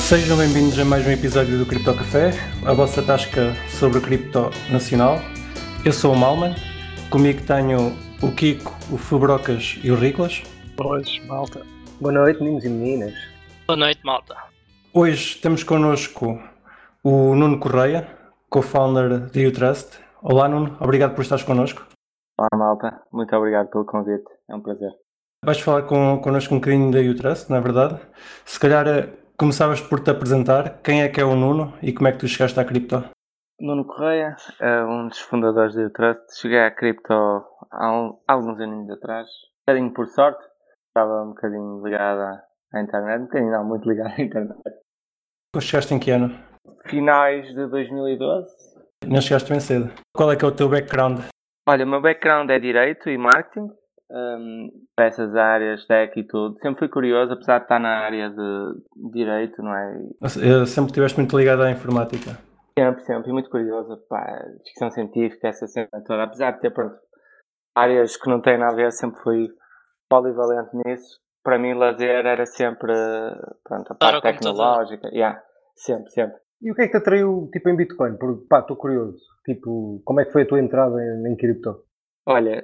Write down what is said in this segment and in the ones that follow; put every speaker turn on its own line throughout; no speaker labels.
Sejam bem-vindos a mais um episódio do Cripto Café, a vossa tasca sobre cripto nacional. Eu sou o Malman, comigo tenho o Kiko, o Fubrocas e o Riclas.
Boas, malta. Boa noite, meninos e meninas.
Boa noite, malta.
Hoje temos connosco o Nuno Correia, co-founder de Utrust. Olá, Nuno, obrigado por estares connosco.
Olá, malta. Muito obrigado pelo convite. É um prazer.
Vais falar connosco um bocadinho da Utrust, não é verdade? Se calhar começavas por te apresentar. Quem é que é o Nuno e como é que tu chegaste à cripto?
Nuno Correia, um dos fundadores da Utrust. Cheguei à cripto há alguns aninhos atrás. Um bocadinho por sorte. Estava um bocadinho ligado à internet. Um bocadinho não, muito ligado à internet.
Tu chegaste em que ano?
Finais de 2012.
Não chegaste bem cedo. Qual é que é o teu background?
Olha, o meu background é Direito e Marketing. Para essas áreas, tech e tudo. Sempre fui curioso, apesar de estar na área de Direito, não é?
Sempre estiveste muito ligado à informática.
Sempre, e muito curioso, pá, ficção científica, essa cena toda. Apesar de ter, pronto, áreas que não têm nada a ver, sempre fui polivalente nisso. Para mim, lazer era sempre, pronto, a parte tecnológica. Sempre.
E o que é que te atraiu, tipo, em Bitcoin? Porque, pá, estou curioso. Tipo, como é que foi a tua entrada em cripto?
Olha,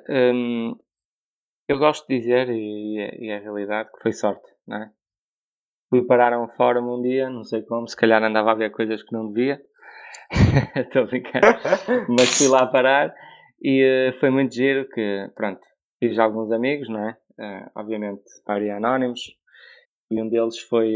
eu gosto de dizer, e é a realidade, que foi sorte, não é? Fui parar a um fórum um dia, não sei como, se calhar andava a ver coisas que não devia. Estou a brincar. Mas fui lá parar e foi muito giro que, pronto, fiz alguns amigos, não é? Obviamente, maioria anónimos. E um deles foi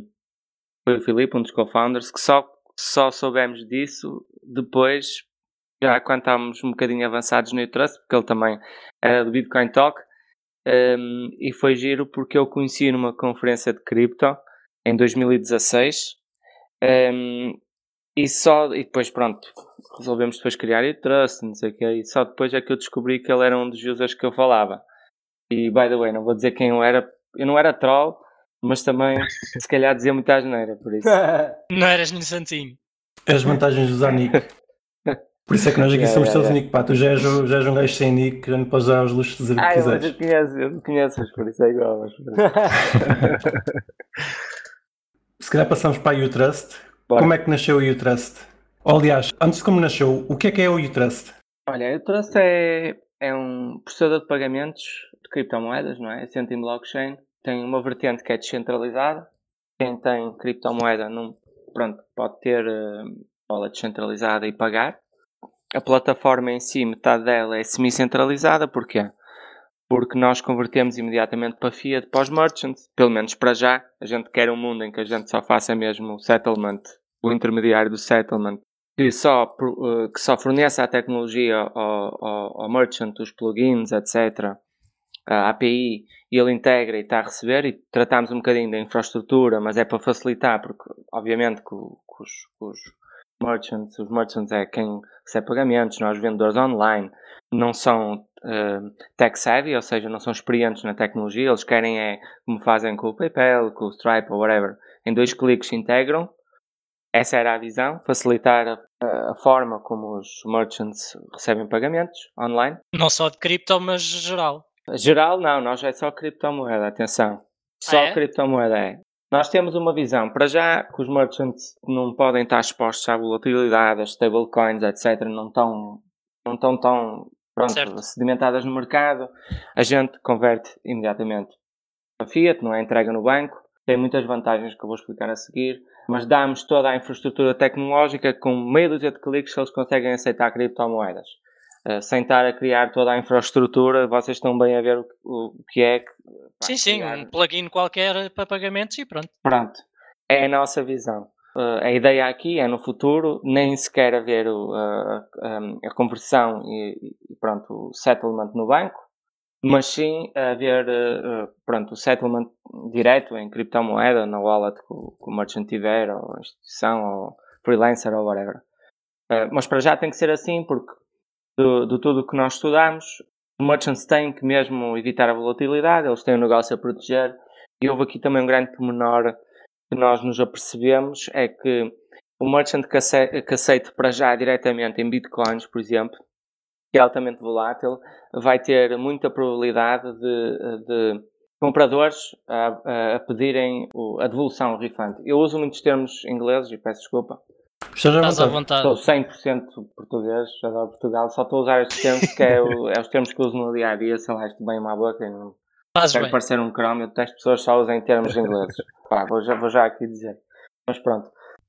o Filipe, um dos co-founders, que só soubemos disso depois, já quando estávamos um bocadinho avançados no Utrust, porque ele também era do Bitcoin Talk. E foi giro porque eu conheci numa conferência de cripto em 2016 e depois pronto, resolvemos depois criar o Trust, não sei o que, e só depois é que eu descobri que ele era um dos users que eu falava. E by the way, não vou dizer quem eu não era troll, mas também se calhar dizia muita asneira, por isso.
Não eras nenhum santinho.
As vantagens de usar nick. Por isso é que nós aqui somos todos nick, pá, tu já és um gajo sem nick, já não podes dar os luxos de dizer o que quiseres.
Eu conheço, por isso é igual. Mas...
Se calhar passamos para a Utrust.
Bora.
Como é que nasceu a Utrust? Ou, aliás, antes de como nasceu, o que é o Utrust?
Olha, a Utrust é um processador de pagamentos de criptomoedas, não é? Assente em blockchain. Tem uma vertente que é descentralizada. Quem tem criptomoeda pode ter wallet descentralizada e pagar. A plataforma em si, metade dela é semi-centralizada. Porquê? Porque nós convertemos imediatamente para fiat para os merchants. Pelo menos para já. A gente quer um mundo em que a gente só faça mesmo o settlement, o intermediário do settlement, que só forneça a tecnologia ao merchant, os plugins, etc., a API, e ele integra e está a receber, e tratamos um bocadinho da infraestrutura, mas é para facilitar, porque obviamente que os merchants é quem recebe pagamentos, nós vendedores online não são tech savvy, ou seja, não são experientes na tecnologia, eles querem como fazem com o PayPal, com o Stripe ou whatever, em 2 cliques integram. Essa era a visão, facilitar a forma como os merchants recebem pagamentos online.
Não só de cripto, mas geral.
Geral, não, nós é só criptomoeda, atenção. Só criptomoeda é. Nós temos uma visão, para já, que os merchants não podem estar expostos à volatilidade, as stablecoins, etc., não estão tão sedimentadas no mercado. A gente converte imediatamente a fiat, não é entrega no banco. Tem muitas vantagens que eu vou explicar a seguir, mas damos toda a infraestrutura tecnológica com meia dúzia de cliques que eles conseguem aceitar criptomoedas. Sem estar a criar toda a infraestrutura, vocês estão bem a ver o que é.
Sim, criar... um plugin qualquer para pagamentos e pronto.
Pronto, é a nossa visão. A ideia aqui é no futuro nem sequer haver a conversão e pronto, o settlement no banco, mas sim haver o settlement direto em criptomoeda, na wallet que o merchant tiver, ou a instituição, ou freelancer, ou whatever. Mas para já tem que ser assim, porque de tudo o que nós estudamos, os merchants têm que mesmo evitar a volatilidade, eles têm um negócio a proteger, e houve aqui também um grande pormenor que nós nos apercebemos, é que o merchant que aceite para já diretamente em bitcoins, por exemplo, que é altamente volátil, vai ter muita probabilidade de compradores a pedirem a devolução, o refund. Eu uso muitos termos ingleses e peço desculpa.
Estás à vontade.
Estou 100% português, adoro Portugal, só estou a usar estes termos que é os termos que uso no dia a dia, sei lá, isto bem-me à boca e não quero parecer um cromo, eu detesto pessoas que só usem termos ingleses. Pá, vou já aqui dizer. Mas pronto.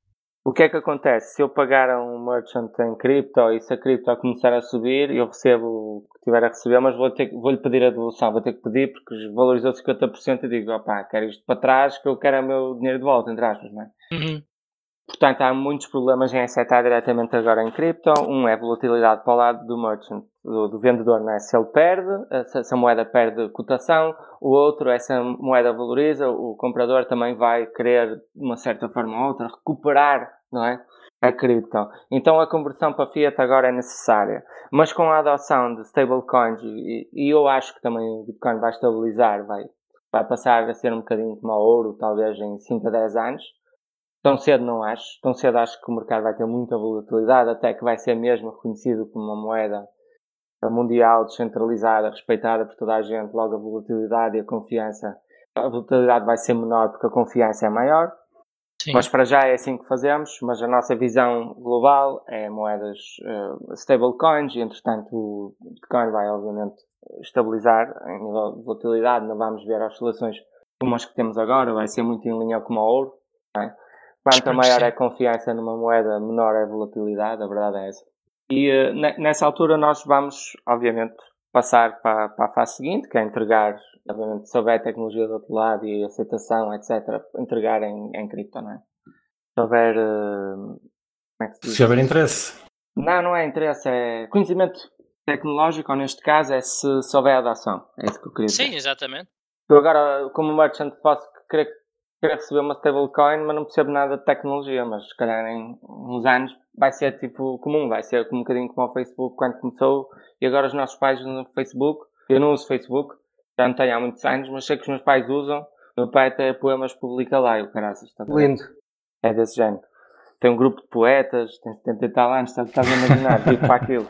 O que é que acontece? Se eu pagar a um merchant em cripto e se a cripto começar a subir, eu recebo o que tiver a receber, mas vou-lhe pedir a devolução, vou ter que pedir porque valorizou 50% e digo, opá, quero isto para trás, que eu quero o meu dinheiro de volta, entre aspas, não é?
Uhum.
Portanto, há muitos problemas em aceitar diretamente agora em cripto. Um é volatilidade para o lado do merchant, do vendedor, não é? Se ele perde, se a moeda perde cotação. O outro é se a moeda valoriza, o comprador também vai querer, de uma certa forma ou outra, recuperar, não é? A cripto. Então a conversão para fiat agora é necessária. Mas com a adoção de stablecoins, e eu acho que também o Bitcoin vai estabilizar, vai passar a ser um bocadinho como o ouro, talvez em 5 a 10 anos. Tão cedo não acho. Tão cedo acho que o mercado vai ter muita volatilidade, até que vai ser mesmo reconhecido como uma moeda mundial, descentralizada, respeitada por toda a gente. Logo a volatilidade e a confiança. A volatilidade vai ser menor porque a confiança é maior. Sim. Mas para já é assim que fazemos. Mas a nossa visão global é moedas stablecoins e, entretanto, o Bitcoin vai, obviamente, estabilizar em nível de volatilidade. Não vamos ver oscilações como as que temos agora. Vai ser muito em linha com o ouro. Não é? Quanto maior é a confiança numa moeda, menor é a volatilidade, a verdade é essa. E nessa altura nós vamos, obviamente, passar para a fase seguinte, que é entregar, obviamente, se houver tecnologia do outro lado e aceitação, etc., entregar em cripto, não é? Se houver... como é que se diz?
Se houver interesse.
Não é interesse, é conhecimento tecnológico, ou neste caso, é se houver adoção. É isso que eu queria dizer.
Sim, exatamente.
Eu agora, como merchant, posso querer receber uma stablecoin, mas não percebo nada de tecnologia, mas se calhar em uns anos vai ser tipo comum, vai ser um bocadinho como o Facebook quando começou, e agora os nossos pais usam o Facebook. Eu não uso Facebook, já não tenho há muitos anos, mas sei que os meus pais usam. O meu pai até poemas publica lá, e o caraças, está
lindo.
É desse género. Tem um grupo de poetas, tem 70 e tal anos, estás a imaginar, vivo para aquilo.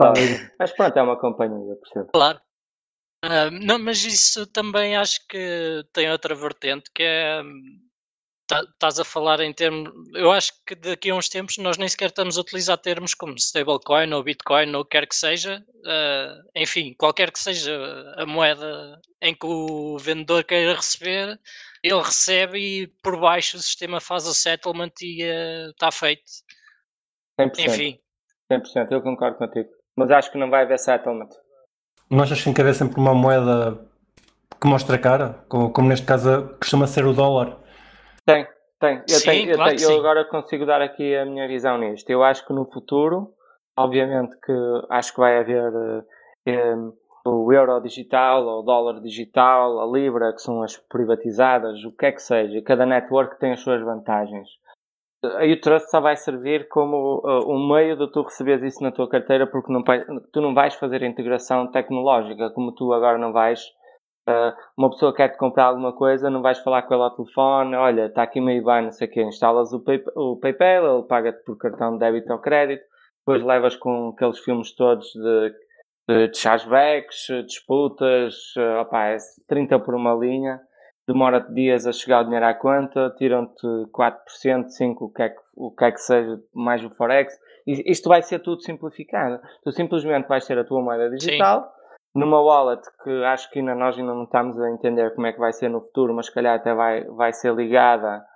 Mas pronto, é uma companhia, eu percebo.
Claro. Não, mas isso também acho que tem outra vertente, que é... Estás a falar em termos... Eu acho que daqui a uns tempos nós nem sequer estamos a utilizar termos como stablecoin ou bitcoin ou o que quer que seja. Enfim, qualquer que seja a moeda em que o vendedor queira receber, ele recebe e por baixo o sistema faz o settlement e está feito.
100%.
Enfim.
100%, eu concordo contigo. Mas acho que não vai haver settlement.
Não achas que haver sempre uma moeda que mostra a cara? Como neste caso costuma ser o dólar?
Tem. Eu agora consigo dar aqui a minha visão nisto. Eu acho que no futuro, obviamente que acho que vai haver o euro digital, ou o dólar digital, a libra, que são as privatizadas, o que é que seja. Cada network tem as suas vantagens. Aí o trust só vai servir como um meio de tu receberes isso na tua carteira, porque tu não vais fazer a integração tecnológica, como tu agora não vais. Uma pessoa quer-te comprar alguma coisa, não vais falar com ela ao telefone, olha, está aqui meio bem, não sei o quê, instalas o PayPal, ele paga-te por cartão de débito ou crédito, depois levas com aqueles filmes todos de chargebacks, disputas, é 30 por uma linha, demora-te dias a chegar o dinheiro à conta, tiram-te 4%, 5%, o que é que seja, mais o Forex. Isto vai ser tudo simplificado. Tu simplesmente vais ter a tua moeda digital. Sim. Numa wallet que acho que nós ainda não estamos a entender como é que vai ser no futuro, mas se calhar até vai ser ligada,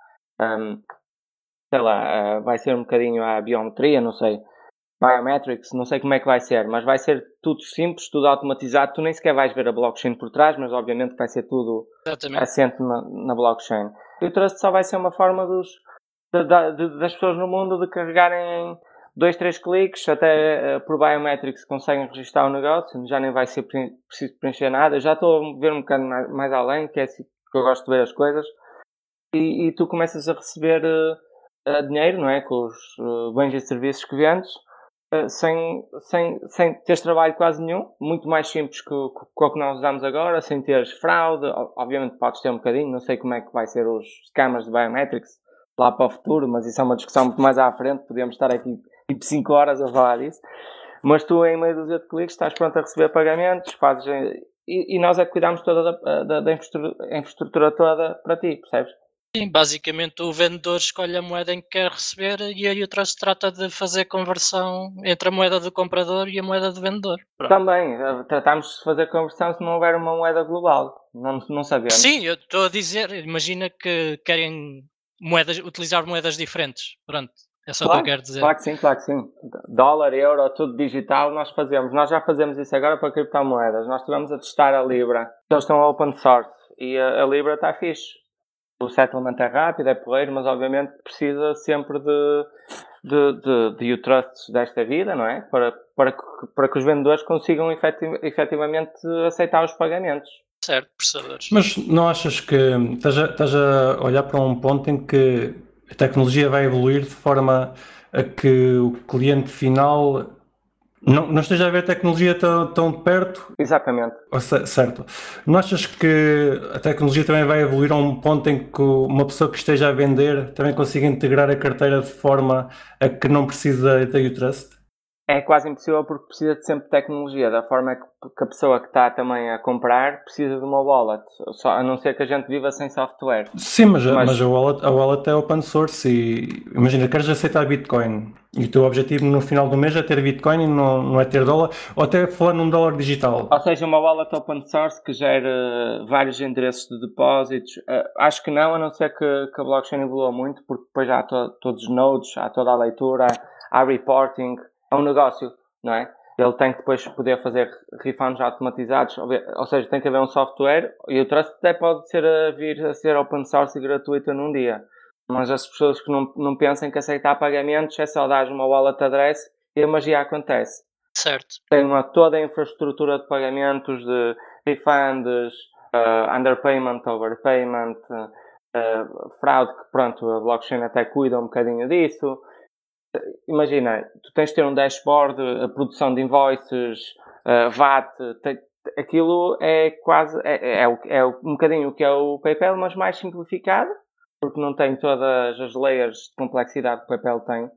vai ser um bocadinho à biometria, não sei, biometrics, não sei como é que vai ser, mas vai ser tudo simples, tudo automatizado, tu nem sequer vais ver a blockchain por trás, mas obviamente vai ser tudo assente na blockchain. E o Trust só vai ser uma forma das pessoas no mundo de carregarem 2, 3 cliques, até por biometrics conseguem registrar o negócio, já nem vai ser preciso preencher nada. Já estou a ver um bocado mais além, que é assim que eu gosto de ver as coisas, e tu começas a receber dinheiro, não é? Com os bens e serviços que vendes, sem teres trabalho quase nenhum, muito mais simples que o que nós usamos agora, sem teres fraude. Obviamente podes ter um bocadinho, não sei como é que vai ser os scammers de biometrics lá para o futuro, mas isso é uma discussão muito mais à frente, podíamos estar aqui tipo 5 horas a falar disso, mas tu em meio dúzia de cliques estás pronto a receber pagamentos, e nós é que cuidamos toda da infraestrutura toda para ti, percebes?
Sim, basicamente o vendedor escolhe a moeda em que quer receber e a U-Trust trata de fazer conversão entre a moeda do comprador e a moeda do vendedor. Pronto.
Também, tratamos de fazer conversão se não houver uma moeda global. Não sabemos.
Sim, eu estou a dizer, imagina que querem utilizar moedas diferentes. Pronto, é só o que eu quero dizer.
Claro que sim. Dólar, euro, tudo digital, nós fazemos. Nós já fazemos isso agora para criptomoedas. Nós estivemos a testar a Libra. Eles estão open source e a Libra está fixe. O settlement é rápido, é porreiro, mas obviamente precisa sempre de U-Trusts desta vida, não é? Para que os vendedores consigam efetivamente aceitar os pagamentos.
Certo, prestadores.
Mas não achas que estás a olhar para um ponto em que a tecnologia vai evoluir de forma a que o cliente final não esteja a ver a tecnologia tão de perto?
Exatamente.
Certo. Não achas que a tecnologia também vai evoluir a um ponto em que uma pessoa que esteja a vender também consiga integrar a carteira de forma a que não precisa da U-Trust?
É quase impossível porque precisa de sempre tecnologia, da forma que a pessoa que está também a comprar precisa de uma wallet, a não ser que a gente viva sem software.
Sim, mas a wallet é open source e imagina, queres aceitar Bitcoin e o teu objetivo no final do mês é ter Bitcoin e não é ter dólar, ou até falar num dólar digital.
Ou seja, uma wallet open source que gera vários endereços de depósitos. Acho que não, a não ser que a blockchain evolua muito, porque depois já há todos os nodes, há toda a leitura, há reporting. É um negócio, não é? Ele tem que depois poder fazer refunds automatizados, ou seja, tem que haver um software e o Trust até pode vir a ser open source e gratuito num dia. Mas as pessoas que não pensem que aceitar pagamentos é só dar uma wallet address e a magia acontece.
Certo.
Tem toda a infraestrutura de pagamentos, de refunds, underpayment, overpayment, fraude, que pronto, a blockchain até cuida um bocadinho disso. Imagina, tu tens de ter um dashboard, a produção de invoices, VAT, aquilo é quase, é um bocadinho o que é o PayPal, mas mais simplificado, porque não tem todas as layers de complexidade que o PayPal tem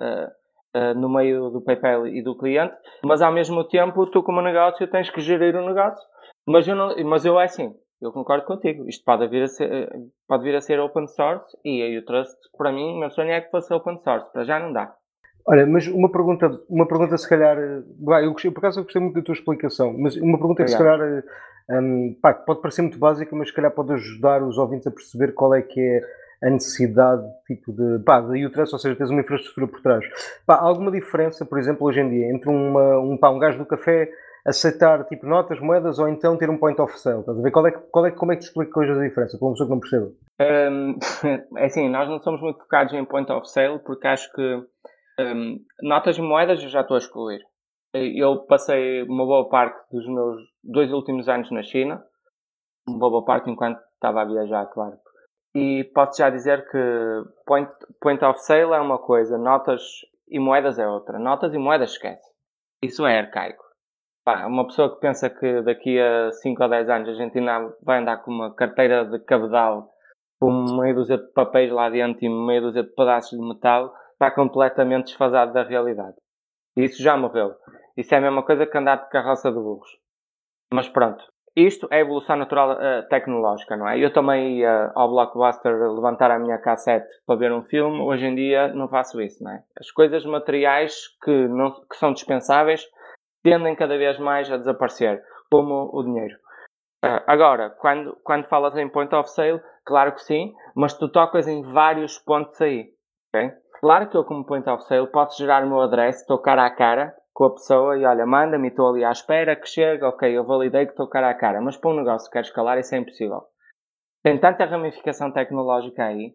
no meio do PayPal e do cliente, mas ao mesmo tempo tu como negócio tens que gerir o negócio, mas eu é assim. Eu concordo contigo. Isto pode vir a ser open source e a U-Trust, para mim, o meu sonho é que fosse open source. Para já não dá.
Olha, mas uma pergunta se calhar... por acaso eu gostei muito da tua explicação, mas uma pergunta que se calhar pode parecer muito básica, mas se calhar pode ajudar os ouvintes a perceber qual é que é a necessidade tipo da U-Trust, ou seja, tens uma infraestrutura por trás. Há alguma diferença, por exemplo, hoje em dia, entre um gajo do café aceitar tipo notas, moedas ou então ter um point of sale? Estás a ver? Como é que te explica hoje a diferença, para uma pessoa que não perceba?
É assim, nós não somos muito focados em point of sale porque acho que notas e moedas eu já estou a excluir. Eu passei uma boa parte dos meus 2 últimos anos na China, uma boa parte enquanto estava a viajar, claro. E posso já dizer que point of sale é uma coisa, notas e moedas é outra. Notas e moedas esquece. Isso é arcaico. Uma pessoa que pensa que daqui a 5 ou 10 anos a gente ainda vai andar com uma carteira de cabedal com meia dúzia de papéis lá dentro e meia dúzia de pedaços de metal está completamente desfasado da realidade. E isso já morreu. Isso é a mesma coisa que andar de carroça de burros. Mas pronto. Isto é a evolução natural tecnológica, não é? Eu também ia ao Blockbuster levantar a minha cassete para ver um filme. Hoje em dia não faço isso, não é? As coisas materiais que são dispensáveis tendem cada vez mais a desaparecer, como o dinheiro. Agora, quando falas em point of sale, claro que sim, mas tu tocas em vários pontos aí. Okay? Claro que eu, como point of sale, posso gerar o meu address, estou cara a cara com a pessoa e olha, manda-me, estou ali à espera que chegue, ok, eu validei que estou cara a cara, mas para um negócio que quer escalar isso é impossível. Tem tanta ramificação tecnológica aí,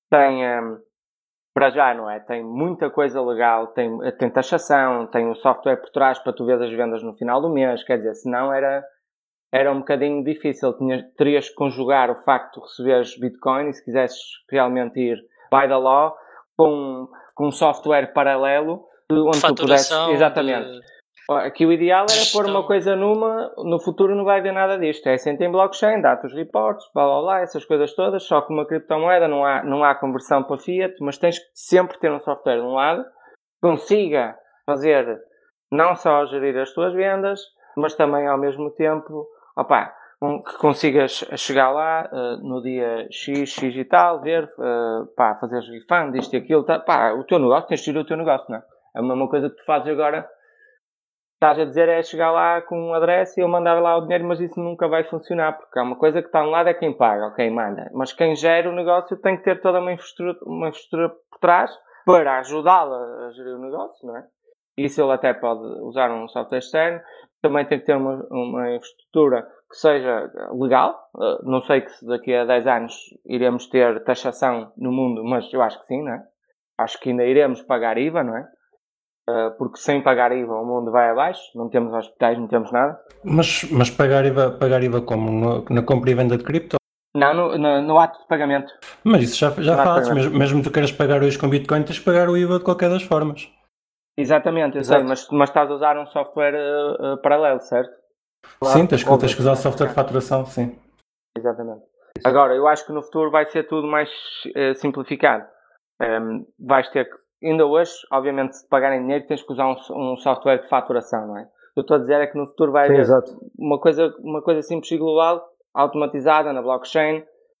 para já, não é? Tem muita coisa legal, tem taxação, tem o software por trás para tu ver as vendas no final do mês, quer dizer, senão era um bocadinho difícil, terias que conjugar o facto de receberes Bitcoin e se quisesses realmente ir by the law, com um software paralelo, onde tu pudesses... Exatamente. Aqui o ideal era pôr uma coisa no futuro não vai haver nada disto. É sempre em blockchain, dá-te os reports, blá blá blá, essas coisas todas, só que uma criptomoeda não há conversão para fiat, mas tens que sempre ter um software de um lado, que consiga fazer não só gerir as tuas vendas, mas também ao mesmo tempo que consigas chegar lá no dia X e tal, ver, fazeres refund, isto e aquilo, o teu negócio, tens de ir o teu negócio, não é? É a mesma coisa que tu fazes agora, estás a dizer é chegar lá com um adresse e eu mandar lá o dinheiro, mas isso nunca vai funcionar, porque há uma coisa que está de um lado é quem paga, ok, manda, mas quem gera o negócio tem que ter toda uma infraestrutura por trás para ajudá-la a gerir o negócio, não é? Isso ele até pode usar um software externo, também tem que ter uma infraestrutura que seja legal. Não sei que se daqui a 10 anos iremos ter taxação no mundo, mas eu acho que sim, não é? Acho que ainda iremos pagar IVA, não é? Porque sem pagar IVA o mundo vai abaixo, não temos hospitais, não temos nada.
Mas pagar IVA como? Na compra e venda de cripto?
Não, no ato de pagamento.
Mas isso já fazes, mesmo que tu queiras pagar hoje com Bitcoin, tens de pagar o IVA de qualquer das formas.
Exatamente, eu sei, mas estás a usar um software paralelo, certo?
Claro, sim, tens que usar software de faturação, sim.
Exatamente. Agora, eu acho que no futuro vai ser tudo mais simplificado. Vais ter que, ainda hoje, obviamente, se pagarem dinheiro, tens que usar um software de faturação, não é? O que eu estou a dizer é que no futuro vai haver uma coisa simples e global, automatizada na blockchain,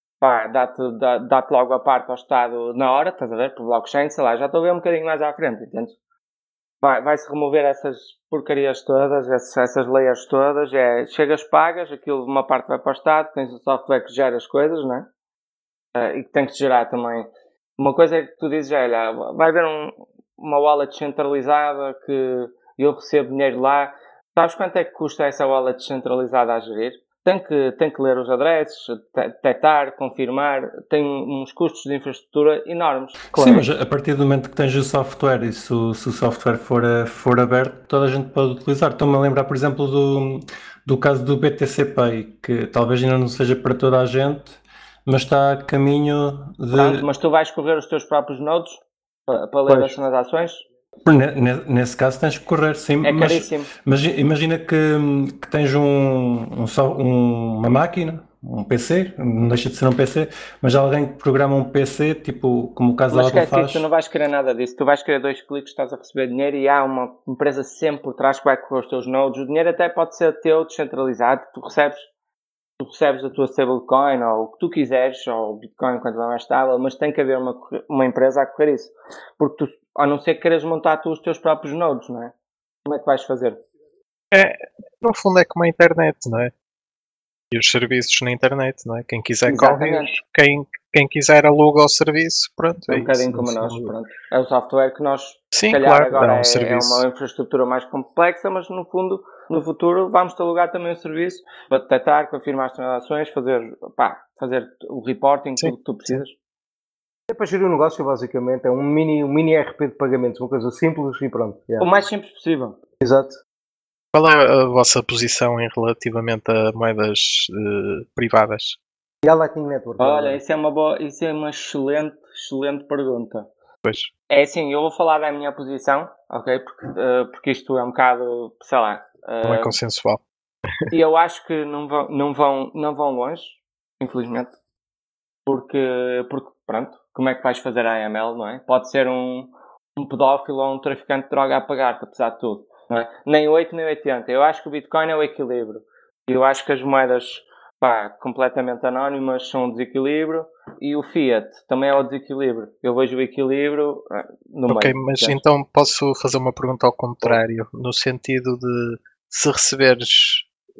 dá-te logo a parte ao Estado na hora, estás a ver, por blockchain, sei lá, já estou a ver um bocadinho mais à frente, entendes? Vai-se remover essas porcarias todas, essas layers todas, chegas, pagas, aquilo uma parte vai para o Estado, tens o software que gera as coisas, não é? E que tem que gerar também. Uma coisa é que tu dizes, olha, vai haver uma wallet centralizada que eu recebo dinheiro lá. Sabes quanto é que custa essa wallet centralizada a gerir? Tem que ler os adresses, detectar, confirmar, tem uns custos de infraestrutura enormes.
Claro. Sim, mas a partir do momento que tens o software e se o software for aberto, toda a gente pode utilizar. Estou-me a lembrar, por exemplo, do caso do BTC Pay, que talvez ainda não seja para toda a gente, mas está a caminho de...
Pronto, mas tu vais correr os teus próprios nodos para ler as transações?
Nesse caso tens que correr, sim.
É caríssimo.
Mas imagina que tens uma máquina, um PC, não deixa de ser um PC, mas alguém que programa um PC, tipo como o caso da Apple faz.
Tu não vais querer nada disso. Tu vais querer 2 cliques, estás a receber dinheiro e há uma empresa sempre por trás que vai correr os teus nodes. O dinheiro até pode ser teu, descentralizado. Tu recebes a tua stablecoin ou o que tu quiseres, ou o Bitcoin quanto mais estável, mas tem que haver uma empresa a correr isso. Porque tu, a não ser que queiras montar tu os teus próprios nodes, não é? Como é que vais fazer?
No fundo é como a internet, não é? E os serviços na internet, não é? Quem quiser corre, quem quiser aluga o serviço, pronto.
É um bocadinho como nós, pronto. É o software que nós,
sim,
se calhar
claro,
agora é uma infraestrutura mais complexa, mas no fundo, no futuro, vamos-te alugar também o serviço para detectar, confirmar as transações, fazer o reporting, tudo o que tu precisas.
É para gerir o negócio, basicamente. É um mini RP de pagamentos, uma coisa simples e pronto.
O mais simples possível.
Exato.
Qual é a vossa posição em relativamente a moedas privadas?
E a Lightning Network?
Olha, isso é uma excelente pergunta.
Pois.
É assim, eu vou falar da minha posição, ok? Porque isto é um bocado, sei lá...
não é consensual.
E eu acho que não vão longe, infelizmente. Porque, pronto, como é que vais fazer a AML, não é? Pode ser um pedófilo ou um traficante de droga a pagar, apesar de tudo. Não é? Nem 8 nem 80. Eu acho que o Bitcoin é o equilíbrio. Eu acho que as moedas completamente anónimas são um desequilíbrio e o Fiat também é o desequilíbrio. Eu vejo o equilíbrio no meio.
Ok, mas então posso fazer uma pergunta ao contrário, no sentido de se receberes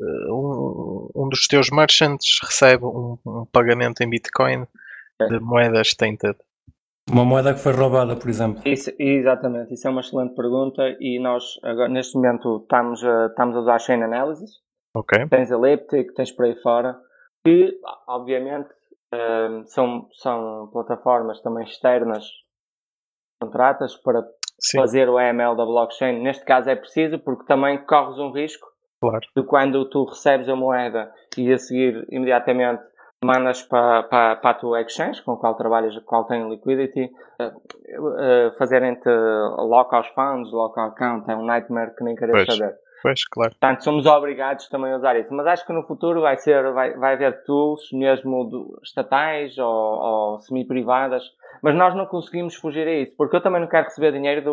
um dos teus merchants recebe um pagamento em Bitcoin de moedas tainted.
Uma moeda que foi roubada, por exemplo.
Exatamente, isso é uma excelente pergunta e nós agora, neste momento estamos a usar Chain Analysis.
Okay.
Tens Elliptic, tens por aí fora, que obviamente são plataformas também externas contratas para fazer o AML da blockchain. Neste caso é preciso porque também corres um risco de quando tu recebes a moeda e a seguir imediatamente mandas para a tua exchange com a qual trabalhas, a qual tem liquidity, fazerem-te lock aos funds, lock ao account, é um nightmare que nem queres saber.
Pois, claro.
Portanto, somos obrigados também a usar isso. Mas acho que no futuro vai haver tools, mesmo estatais ou semi-privadas. Mas nós não conseguimos fugir a isso. Porque eu também não quero receber dinheiro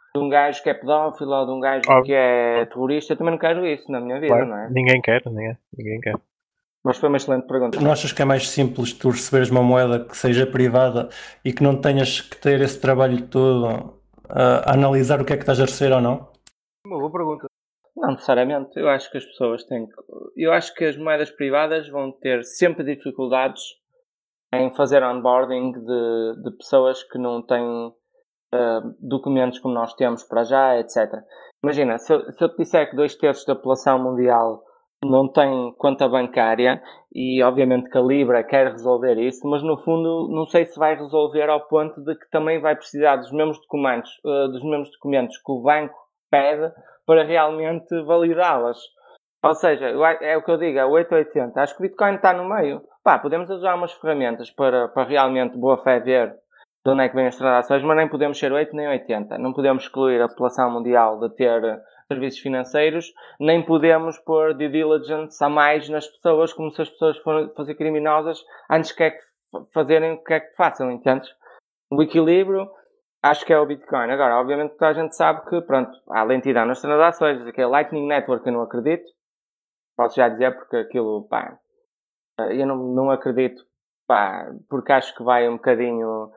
de um gajo que é pedófilo ou de um gajo que é terrorista. Eu também não quero isso na minha vida,
Claro,
não é?
ninguém quer, ninguém quer.
Mas foi uma excelente pergunta.
Não achas que é mais simples tu receberes uma moeda que seja privada e que não tenhas que ter esse trabalho todo a analisar o que é que estás a receber ou não?
Uma boa pergunta.
Não necessariamente. Eu acho que as pessoas têm que... Eu acho que as moedas privadas vão ter sempre dificuldades em fazer onboarding de pessoas que não têm documentos como nós temos para já, etc. Imagina, se eu te disser que 2/3 da população mundial não tem conta bancária e obviamente que a Libra quer resolver isso, mas no fundo não sei se vai resolver ao ponto de que também vai precisar dos mesmos documentos que o banco pede para realmente validá-las. Ou seja, é o que eu digo, é 880. Acho que o Bitcoin está no meio. Podemos usar umas ferramentas para realmente boa fé ver de onde é que vêm as transações, mas nem podemos ser 8 nem 80. Não podemos excluir a população mundial de ter serviços financeiros, nem podemos pôr due diligence a mais nas pessoas, como se as pessoas fossem criminosas antes que fazerem o que é que façam, entendes? O equilíbrio, acho que é o Bitcoin. Agora, obviamente, toda a gente sabe que, pronto, há lentidão nas transações, que é Lightning Network, eu não acredito. Posso já dizer, porque aquilo, eu não acredito, porque acho que vai um bocadinho...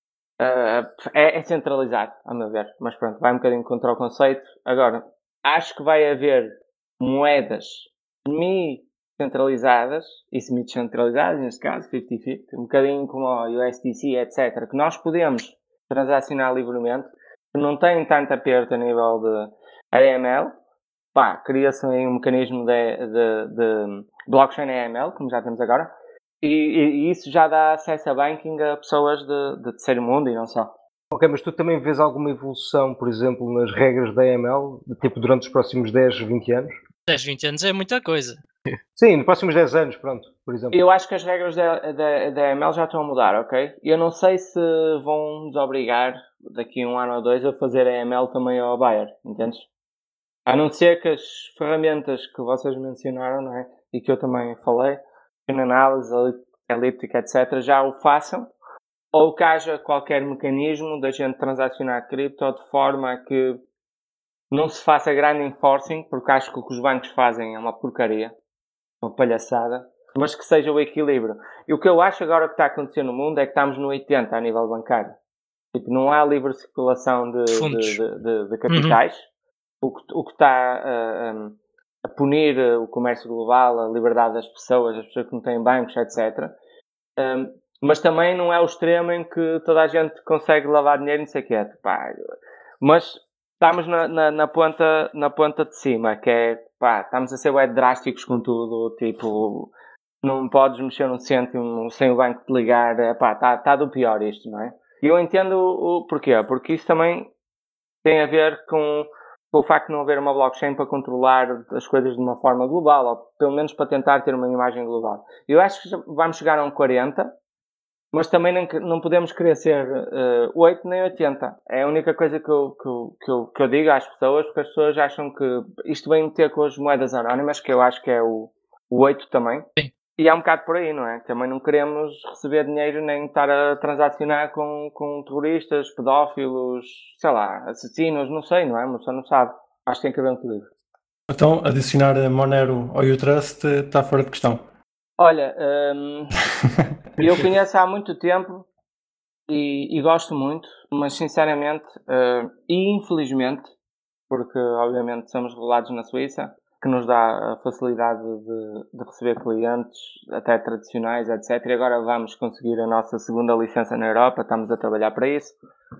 é centralizado, a meu ver, mas pronto, vai um bocadinho contra o conceito. Agora, acho que vai haver moedas semi-centralizadas e semi-descentralizadas, neste caso, 50-50, um bocadinho como o USDC, etc., que nós podemos transacionar livremente, que não têm tanto aperto a nível de AML. Cria-se aí um mecanismo de blockchain AML, como já temos agora, e isso já dá acesso a banking a pessoas de terceiro mundo e não só.
Ok, mas tu também vês alguma evolução, por exemplo, nas regras da AML, tipo durante os próximos 10, 20 anos?
10, 20 anos é muita coisa.
Sim, nos próximos 10 anos, pronto, por exemplo.
Eu acho que as regras da AML já estão a mudar, ok? Eu não sei se vão nos obrigar, daqui a 1 ano ou 2, a fazer AML também ao buyer, entendes? A não ser que as ferramentas que vocês mencionaram, não é? E que eu também falei, análise, elíptica, etc., já o façam, ou que haja qualquer mecanismo da gente transacionar cripto de forma a que não se faça grande enforcing, porque acho que o que os bancos fazem é uma porcaria, uma palhaçada, mas que seja o equilíbrio. E o que eu acho agora que está a acontecer no mundo é que estamos no 80 a nível bancário. Tipo, não há livre circulação de capitais. O que está a punir o comércio global, a liberdade das pessoas, as pessoas que não têm bancos, etc. Mas também não é o extremo em que toda a gente consegue lavar dinheiro e não sei o quê. Mas estamos na ponta de cima, que é, estamos a ser drásticos com tudo, tipo, não podes mexer um cêntimo sem o banco te ligar, está do pior isto, não é? E eu entendo o porquê, porque isso também tem a ver com o facto de não haver uma blockchain para controlar as coisas de uma forma global, ou pelo menos para tentar ter uma imagem global. Eu acho que vamos chegar a um 40, mas também não podemos querer ser 8 nem 80. É a única coisa que eu digo às pessoas, porque as pessoas acham que isto vem ter com as moedas anónimas, que eu acho que é o 8 também.
Sim.
E há um bocado por aí, não é? Também não queremos receber dinheiro nem estar a transacionar com terroristas, pedófilos, sei lá, assassinos, não sei, não é? Uma pessoa não sabe. Acho que tem que haver um equilíbrio.
Então, adicionar Monero ao Utrust está fora de questão.
Olha, eu conheço há muito tempo e gosto muito, mas sinceramente e infelizmente, porque obviamente somos regulados na Suíça, que nos dá a facilidade de receber clientes, até tradicionais, etc. E agora vamos conseguir a nossa segunda licença na Europa, estamos a trabalhar para isso.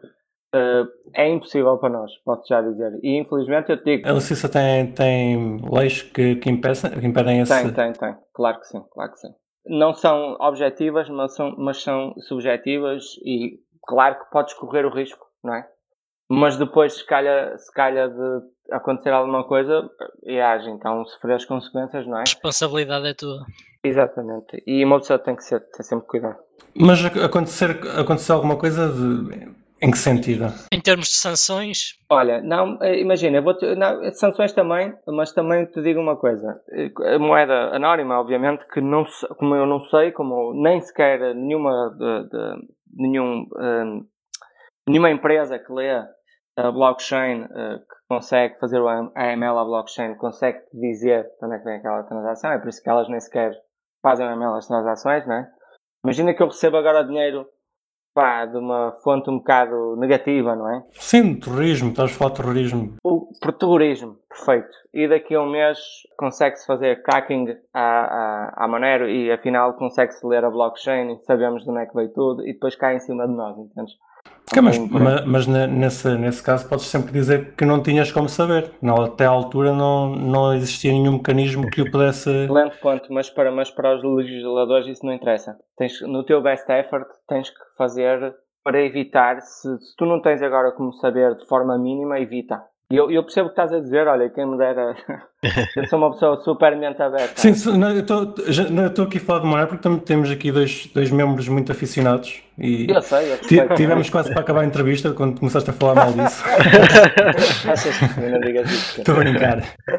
É impossível para nós, posso já dizer. E infelizmente eu te digo...
A licença tem leis que impedem esse...
Tem. Claro que sim. Não são objetivas, mas são subjetivas e claro que podes correr o risco, não é? Mas depois, se calhar de acontecer alguma coisa, e age, então sofrer as consequências, não é?
A responsabilidade é tua.
Exatamente. E uma pessoa tem que ter sempre cuidado.
Mas acontecer alguma coisa em que sentido?
Em termos de sanções?
Olha, não, imagina, sanções também, mas também te digo uma coisa. A moeda anónima, obviamente, que não, como eu não sei, como nem sequer nenhuma empresa que lê a blockchain que consegue fazer o AML, a blockchain consegue dizer de onde é que vem aquela transação, é por isso que elas nem sequer fazem o AML as transações, não é? Imagina que eu recebo agora dinheiro de uma fonte um bocado negativa, não é?
Sim, terrorismo, estás a falar de terrorismo.
Por terrorismo, perfeito. E daqui a um mês consegue-se fazer cracking à Monero e afinal consegue-se ler a blockchain e sabemos de onde é que veio tudo e depois cai em cima de nós, entendes?
Mas nesse caso podes sempre dizer que não tinhas como saber. Não, até à altura não existia nenhum mecanismo que o pudesse...
Excelente ponto, mas para os legisladores isso não interessa. No teu best effort tens que fazer para evitar, se tu não tens agora como saber de forma mínima, evita. E eu percebo o que estás a dizer, olha, quem me dera... Eu sou uma pessoa super mente aberta.
Sim, eu estou aqui a falar de Monero porque também temos aqui dois membros muito aficionados e
eu sei.
Tivemos quase para acabar a entrevista quando começaste a falar mal disso.
Achas que não digas isso?
Estou a brincar.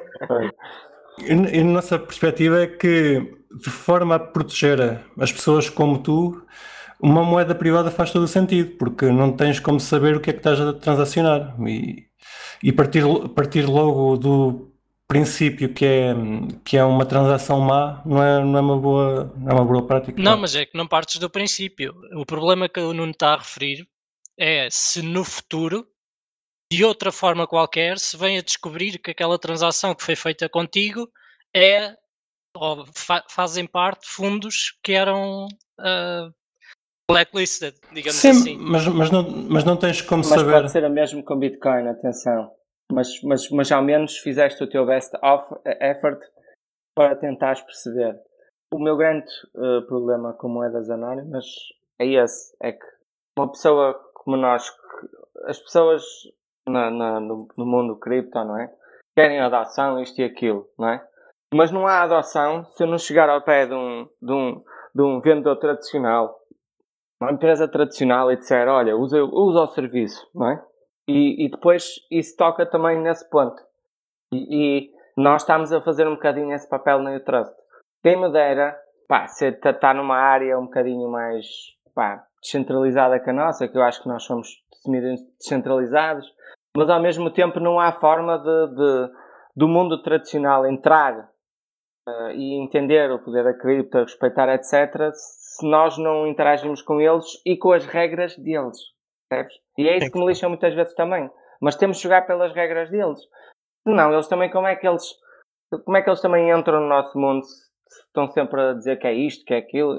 E a nossa perspectiva é que, de forma a proteger as pessoas como tu, uma moeda privada faz todo o sentido, porque não tens como saber o que é que estás a transacionar e partir logo do princípio que é uma transação má não é uma boa prática.
Não, mas é que não partes do princípio. O problema que o Nuno está a referir é se no futuro, de outra forma qualquer, se vem a descobrir que aquela transação que foi feita contigo é ou fazem parte de fundos que eram blacklisted, digamos
Sim,
assim.
mas não tens como
mas
saber.
Pode ser o mesmo com Bitcoin, atenção. Mas ao menos fizeste o teu best effort para tentares perceber. O meu grande problema com moedas anónimas é esse, é que uma pessoa como nós, as pessoas no mundo cripto, não é? Querem adoção, isto e aquilo, não é? Mas não há adoção se eu não chegar ao pé de um vendedor tradicional, uma empresa tradicional e disser, olha, usa o serviço, não é? E depois isso toca também nesse ponto. E nós estamos a fazer um bocadinho esse papel na U-Trust. Quem me dera, se está numa área um bocadinho mais descentralizada que a nossa, que eu acho que nós somos descentralizados, mas ao mesmo tempo não há forma do mundo tradicional entrar e entender o poder da cripto, respeitar, etc., se nós não interagimos com eles e com as regras deles. Percebes? E é isso que me lixa muitas vezes também. Mas temos de jogar pelas regras deles. Senão, eles também, como é que eles também entram no nosso mundo se estão sempre a dizer que é isto, que é aquilo?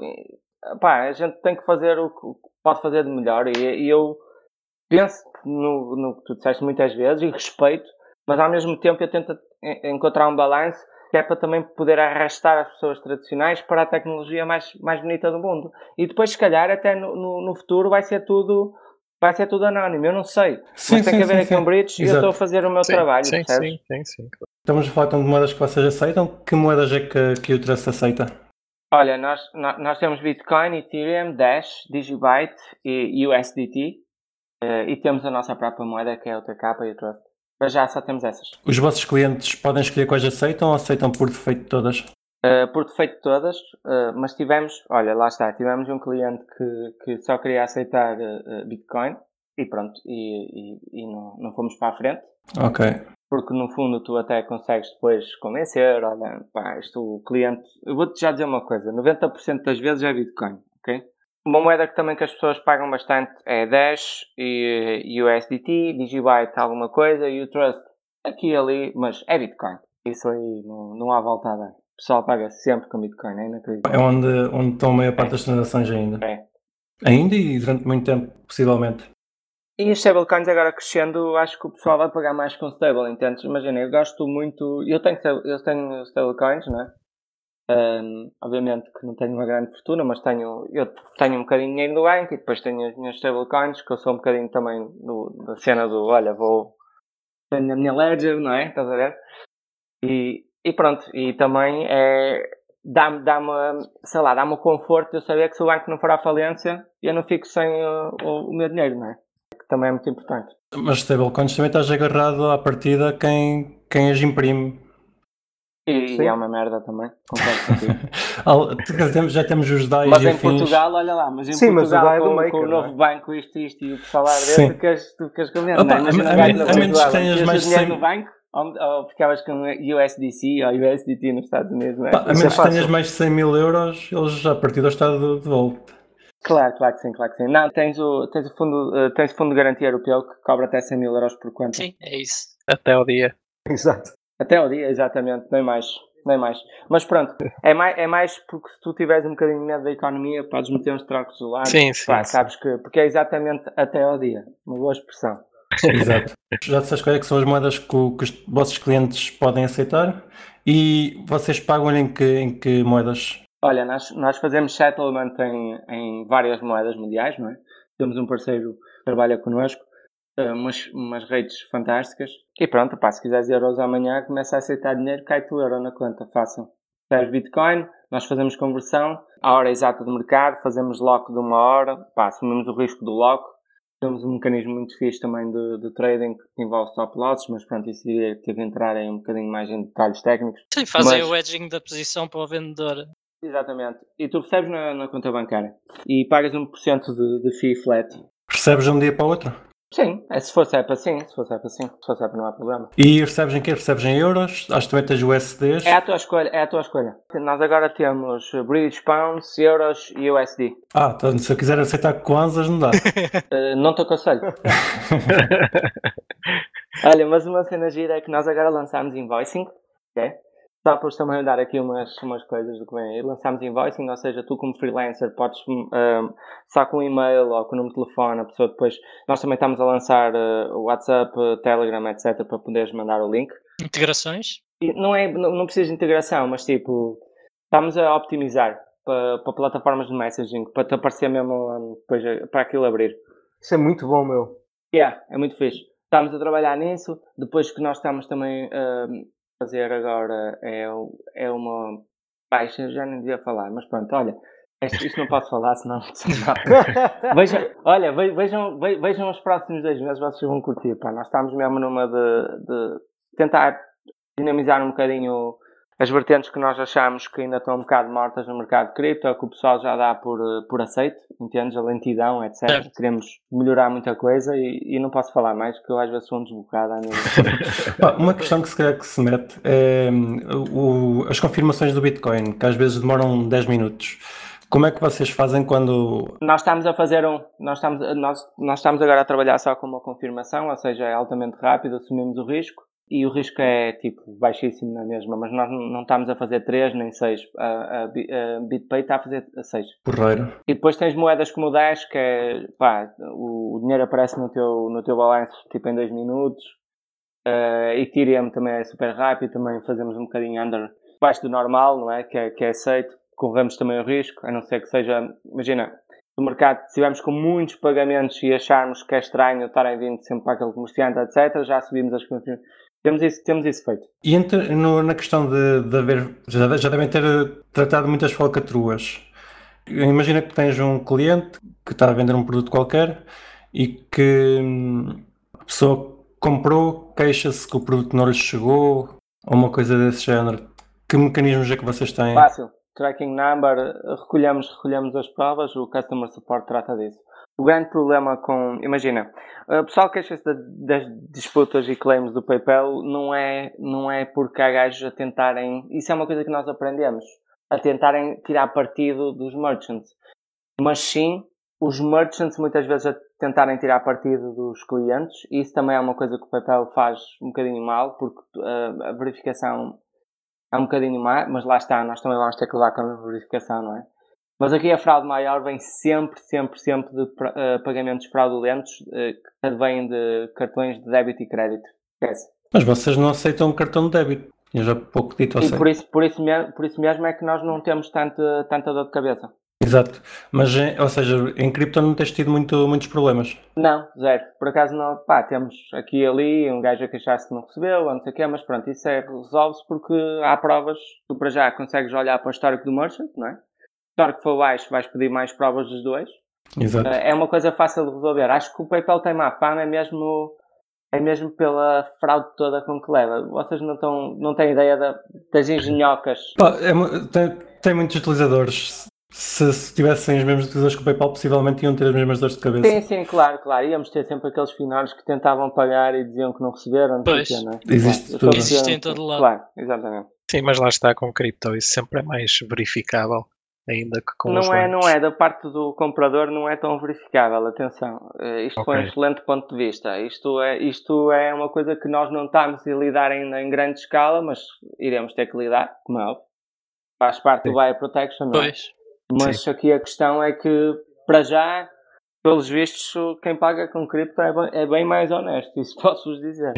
A gente tem que fazer o que pode fazer de melhor. E eu penso no que tu disseste muitas vezes e respeito, mas ao mesmo tempo eu tento encontrar um balanço que é para também poder arrastar as pessoas tradicionais para a tecnologia mais bonita do mundo. E depois, se calhar, até no futuro vai ser tudo anónimo, eu não sei. Mas tem que haver aqui um bridge e eu estou a fazer o meu trabalho, percebes?
Sim.
Estamos a falar então de moedas que vocês aceitam. Que moedas é que o Trust aceita?
Olha, nós temos Bitcoin, Ethereum, Dash, Digibyte e USDT. E temos a nossa própria moeda, que é a OTK e o Trust. Mas já só temos essas.
Os vossos clientes podem escolher quais aceitam ou aceitam por defeito todas?
Por defeito todas, mas tivemos um cliente que só queria aceitar Bitcoin e pronto, e não fomos para a frente.
Ok.
Porque no fundo tu até consegues depois convencer, olha, o cliente... Eu vou-te já dizer uma coisa, 90% das vezes é Bitcoin, ok? Uma moeda que também que as pessoas pagam bastante é Dash e USDT, Digibyte alguma coisa e o Trust aqui e ali, mas é Bitcoin. Isso aí não há volta a dar. O pessoal paga sempre com Bitcoin, é inacreditável.
É onde estão a maior parte das transações ainda.
É.
Ainda e durante muito tempo, possivelmente.
E os stablecoins agora crescendo, acho que o pessoal vai pagar mais com stable, entendes? Imagina, eu gosto muito... Eu tenho stablecoins, não é? Obviamente que não tenho uma grande fortuna, mas eu tenho um bocadinho de dinheiro no banco e depois tenho as minhas stablecoins, que eu sou um bocadinho também da cena do, olha, tenho a minha ledger, não é? Estás a ver? E pronto, e também dá-me o conforto de eu saber que se o banco não for à falência, eu não fico sem o meu dinheiro, não é? Que também é muito importante.
Mas stablecoins também estás agarrado à partida quem as imprime.
E é uma merda também, concordo contigo.
Já temos os DAIs
Mas
e
em
afins.
Portugal, olha lá, mas em
Sim, mas o
Portugal
DAI é do Maker,
com o
não é?
novo banco, isto e o pessoal lá
Sim.
dentro, tu ficas com medo,
Opa,
não é? Imagina
a
um gajo
men-
na
a menos que
Venezuela,
tenhas
metias
mais
o dinheiro
100
no banco ou ficavas com USDC ou USDT nos Estados Unidos, não é?
Pá, a
Isso
menos
é
que tenhas
fácil.
mais de 100 mil euros, eles a partir do estado de volta.
Claro que sim, claro que sim. Não, tens o fundo de garantia europeu que cobra até 100 mil euros por conta.
Sim, é isso.
Até ao dia.
Exato.
Até ao dia, exatamente, nem mais. Mas pronto, é mais porque se tu tiveres um bocadinho de medo da economia, podes meter uns trocos do lado.
Sim.
Sabes que, porque é exatamente até ao dia. Uma boa expressão.
Exato. Já sabes quais é que são as moedas que os vossos clientes podem aceitar e vocês pagam em que moedas?
Olha, nós fazemos settlement em várias moedas mundiais, não é? Temos um parceiro que trabalha connosco, umas rates fantásticas. E pronto, pá, se quiseres euros amanhã, começa a aceitar dinheiro, cai-te o euro na conta, fácil. Tens Bitcoin, nós fazemos conversão, à hora exata do mercado, fazemos lock de 1 hora, pá, assumimos o risco do lock. Temos um mecanismo muito fixe também de trading que envolve stop losses, mas pronto, isso iria ter de entrar em um bocadinho mais em detalhes técnicos.
Sim, fazem o edging da posição para o vendedor.
Exatamente. E tu recebes na conta bancária e pagas 1% de fee flat.
Recebes de um dia para o outro?
Sim, se for CEPA sim, se for CEPA não há problema.
E recebes em quê? Recebes em euros? Acho que também tens USDs.
É a tua escolha. Nós agora temos British Pounds, Euros e USD.
Então, se eu quiser aceitar Kwanzas, não dá.
Não te aconselho. Olha, mas uma cena gira é que nós agora lançámos invoicing, ok? Só para também dar aqui umas coisas do que vem aí. Lançámos invoicing, ou seja, tu como freelancer podes só com um e-mail ou com o número de telefone, a pessoa depois... Nós também estamos a lançar WhatsApp, Telegram, etc. para poderes mandar o link.
Integrações?
E não precisa de integração, mas tipo, estamos a optimizar para plataformas de messaging, para te aparecer mesmo depois para aquilo abrir.
Isso é muito bom, meu.
É muito fixe. Estamos a trabalhar nisso, depois que nós estamos também... fazer agora é uma baixa, eu já nem devia falar, mas pronto, olha, isto não posso falar, senão vejam os próximos 2 meses, vocês vão curtir, pá. Nós estamos mesmo numa de tentar dinamizar um bocadinho as vertentes que nós achamos que ainda estão um bocado mortas no mercado de cripto, que o pessoal já dá por aceito, entendes? A lentidão, etc.
Certo.
Queremos melhorar muita coisa e não posso falar mais, porque eu às vezes sou um desbocado.
Uma questão que se calhar que se mete é as confirmações do Bitcoin, que às vezes demoram 10 minutos. Como é que vocês fazem quando...
Nós estamos a fazer nós estamos agora a trabalhar só com uma confirmação, ou seja, é altamente rápido, assumimos o risco. E o risco é tipo baixíssimo na mesma, mas nós não estamos a fazer 3 nem 6. A BitPay está a fazer 6.
Porreiro.
E depois tens moedas como o Dash, que é pá, o dinheiro aparece no teu balanço tipo em 2 minutos. Ethereum também é super rápido, também fazemos um bocadinho baixo do normal, não é? Que é aceito. Corremos também o risco, a não ser que seja, imagina, no mercado, se estivermos com muitos pagamentos e acharmos que é estranho estarem vindo sempre para aquele comerciante, etc., já subimos as confirmações. Temos isso feito.
E na questão de haver... Já devem ter tratado muitas falcatruas. Imagina que tens um cliente que está a vender um produto qualquer e que a pessoa comprou, queixa-se que o produto não lhe chegou ou uma coisa desse género. Que mecanismos é que vocês têm?
Fácil. Tracking number, recolhemos as provas, o Customer Support trata disso. O grande problema imagina, o pessoal queixa-se das disputas e claims do PayPal não é porque há gajos a tentarem, isso é uma coisa que nós aprendemos, a tentarem tirar partido dos merchants. Mas sim, os merchants muitas vezes a tentarem tirar partido dos clientes, e isso também é uma coisa que o PayPal faz um bocadinho mal, porque a verificação é um bocadinho má, mas lá está, nós também vamos ter que levar com a verificação, não é? Mas aqui a fraude maior vem sempre de pagamentos fraudulentos que advêm de cartões de débito e crédito. Esquece.
Mas vocês não aceitam cartão de débito. Eu já há pouco dito
E por isso mesmo é que nós não temos tanta dor de cabeça.
Exato. Mas, ou seja, em cripto não tens tido muitos problemas?
Não, zero. Por acaso não. Pá, temos aqui e ali um gajo a queixar-se que não recebeu, ou não sei o quê, mas pronto, isso resolve-se porque há provas. Tu para já consegues olhar para o histórico do merchant, não é? Se o histórico for baixo, vais pedir mais provas dos dois.
Exato.
É uma coisa fácil de resolver. Acho que o PayPal tem má fama, é mesmo é mesmo pela fraude toda com que leva. Vocês não têm ideia das engenhocas.
Tem muitos utilizadores. Se tivessem os mesmos utilizadores que o PayPal, possivelmente iam ter as mesmas dores de cabeça.
Sim, claro. Íamos ter sempre aqueles finórios que tentavam pagar e diziam que não receberam.
Pois,
não é?
Existe
Claro,
tudo.
Existe em todo lado.
Claro, exatamente.
Sim, mas lá está com cripto, isso sempre é mais verificável, ainda que com os bancos.
Não é, da parte do comprador não é tão verificável, atenção. Isto foi um excelente ponto de vista. Isto é uma coisa que nós não estamos a lidar ainda em grande escala, mas iremos ter que lidar, como é óbvio. Faz parte do Buyer Protection, não é?
Pois.
Mas aqui a questão é que, para já, pelos vistos, quem paga com cripto é bem mais honesto, isso posso-vos dizer.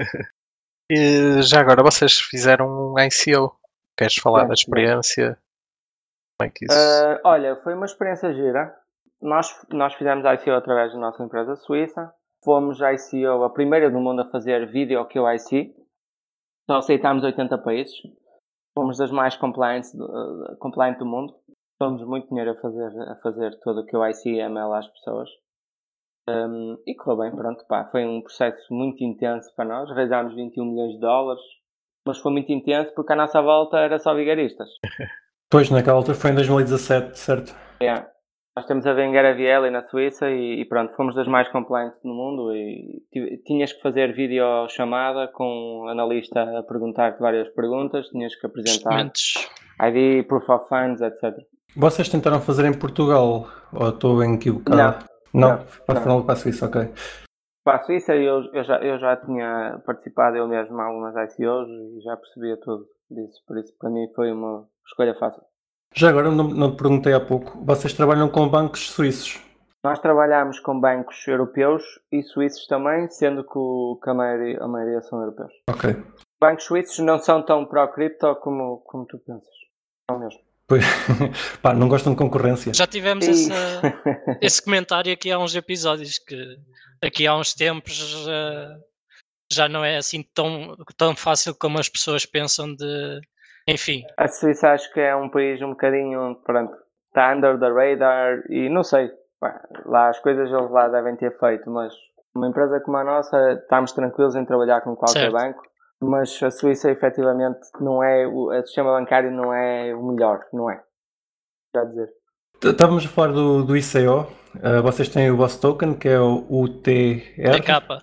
E já agora, vocês fizeram um ICO. Queres falar da experiência? Como é que isso...
Olha, foi uma experiência gira. Nós fizemos ICO através da nossa empresa suíça. Fomos ICO, a primeira do mundo a fazer vídeo QIC. Só aceitámos 80 países. Fomos das mais compliant do mundo. Fomos muito dinheiro a fazer todo o QIC e ML às pessoas. E correu bem, pronto, pá. Foi um processo muito intenso para nós. Raisámos 21 milhões de dólares. Mas foi muito intenso porque a nossa volta era só vigaristas.
Pois, naquela altura foi em 2017, certo?
Nós temos a Vengueira Vieli na Suíça e pronto, fomos das mais compliantes no mundo e tinhas que fazer videochamada com um analista a perguntar-te várias perguntas, tinhas que apresentar ID, Proof of Funds, etc.
Vocês tentaram fazer em Portugal? Ou estou bem equivocado? Não. Para a Suíça, ok.
Para a Suíça eu já tinha participado eu mesmo em algumas ICOs e já percebia tudo disso, por isso para mim foi uma escolha fácil.
Já agora, não te perguntei há pouco, vocês trabalham com bancos suíços?
Nós trabalhamos com bancos europeus e suíços também, sendo que a maioria são europeus.
Ok.
Bancos suíços não são tão pró-cripto como tu pensas. Não mesmo.
Pois, pá, não gostam de concorrência.
Já tivemos esse comentário aqui há uns episódios, que aqui há uns tempos já não é assim tão fácil como as pessoas pensam de... Enfim.
A Suíça acho que é um país um bocadinho, pronto, está under the radar e não sei, lá as coisas eles lá devem ter feito, mas uma empresa como a nossa, estamos tranquilos em trabalhar com qualquer banco, mas a Suíça efetivamente não é, o sistema bancário não é o melhor, não é? Já dizer.
Estávamos a falar do ICO, vocês têm o vosso token que é o UTR.
TK.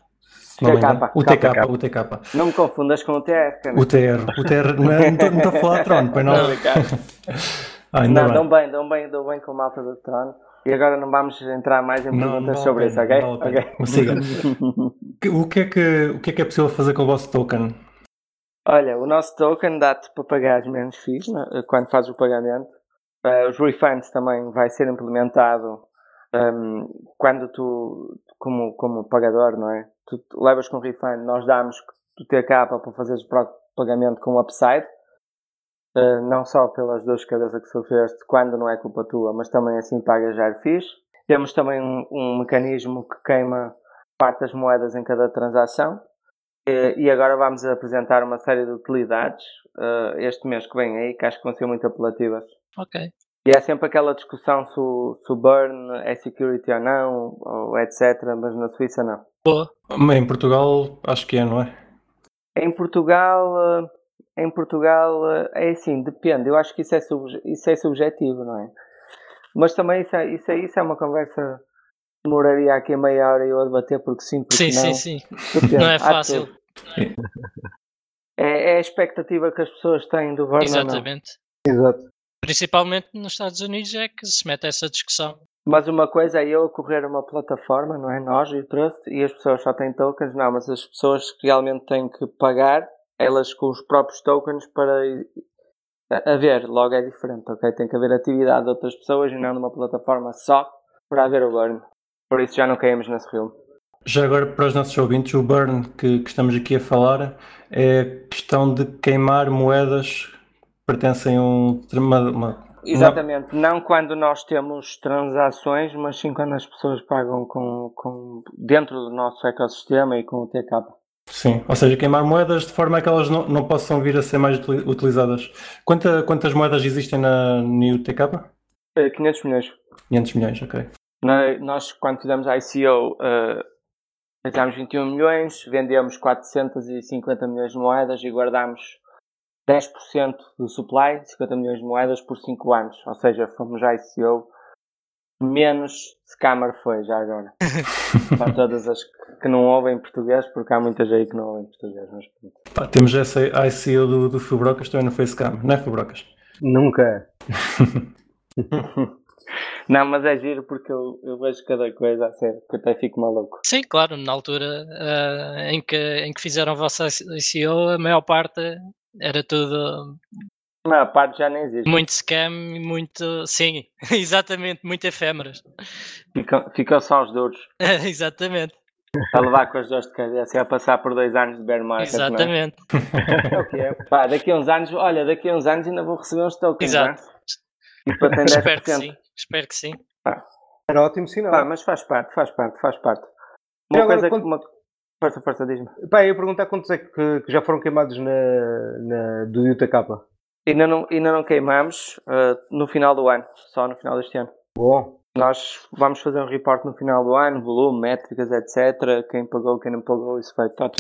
UTK.
Não me confundas com o TR.
UTR, não estou a falar de Tron, pois não?
Dão bem com a malta do Tron. E agora não vamos entrar mais em perguntas sobre isso, ok?
Siga. O que é que é possível fazer com o vosso token?
Olha, o nosso token dá-te para pagar menos FIIs quando fazes o pagamento. Os refunds também vai ser implementado quando tu, como pagador, não é? Tu levas com refund, nós damos do TK para fazeres o próprio pagamento com upside, não só pelas dores de cabeça que sofreste quando não é culpa tua, mas também assim pagas já FIIs. Temos também um mecanismo que queima parte das moedas em cada transação. E agora vamos apresentar uma série de utilidades este mês que vem aí, que acho que vão ser muito apelativas.
Ok.
E é sempre aquela discussão se o burn é security ou não, ou etc, mas na Suíça não.
Boa.
Em Portugal acho que é, não é?
Em Portugal é assim, depende. Eu acho que isso é subjetivo, não é? Mas também isso é uma conversa que demoraria aqui a meia hora eu a debater porque sim, porque não.
Sim.
Depende.
Não é fácil.
É a expectativa que as pessoas têm do burn.
Exatamente.
Exato.
Principalmente nos Estados Unidos é que se mete essa discussão.
Mas uma coisa é eu correr uma plataforma, não é? Nós e o Trust, e as pessoas só têm tokens. Não, mas as pessoas realmente têm que pagar, elas com os próprios tokens para haver. Logo é diferente, ok? Tem que haver atividade de outras pessoas e não numa plataforma só para haver o burn. Por isso já não caímos nesse rio.
Já agora, para os nossos ouvintes, o burn que estamos aqui a falar é a questão de queimar moedas que pertencem a uma...
Exatamente, não quando nós temos transações, mas sim quando as pessoas pagam dentro do nosso ecossistema e com o TK.
Sim, ou seja, queimar moedas de forma a que elas não possam vir a ser mais utilizadas. Quantas moedas existem na UTK?
500 milhões.
500 milhões, ok.
Nós, quando fizemos a ICO, Pensámos 21 milhões, vendemos 450 milhões de moedas e guardámos 10% do supply, 50 milhões de moedas por 5 anos. Ou seja, fomos já ICO menos scammer foi já agora. Para todas as que não ouvem português, porque há muita gente que não ouvem português. Mas...
Pá, temos essa ICO do Fubrocas, também não foi scam, não é Fubrocas?
Nunca.
Não, mas é giro porque eu vejo cada coisa a sério, que até fico maluco.
Sim, claro, na altura em que fizeram a vossa ICO, a maior parte era tudo
A maior parte já nem existe.
muito scam e muito. Sim, exatamente, muito efêmeras.
Ficam só os duros.
Exatamente,
A levar com as dores de cabeça e a passar por 2 anos de bear market.
exatamente.
Não é? Okay. Pá, daqui a uns anos ainda vou receber uns tokens,
Exato.
não é? E para ter 10%.
Espero que sim, espero que sim.
Era ótimo sinal.
Pá, mas faz parte.
E
Uma
agora,
coisa que... Força, diz-me.
Pá, eu ia perguntar quantos é que já foram queimados do Utah Kappa.
Ainda não queimamos no final do ano, só no final deste ano.
Bom.
Nós vamos fazer um report no final do ano, volume, métricas, etc. Quem pagou, quem não pagou, isso vai estar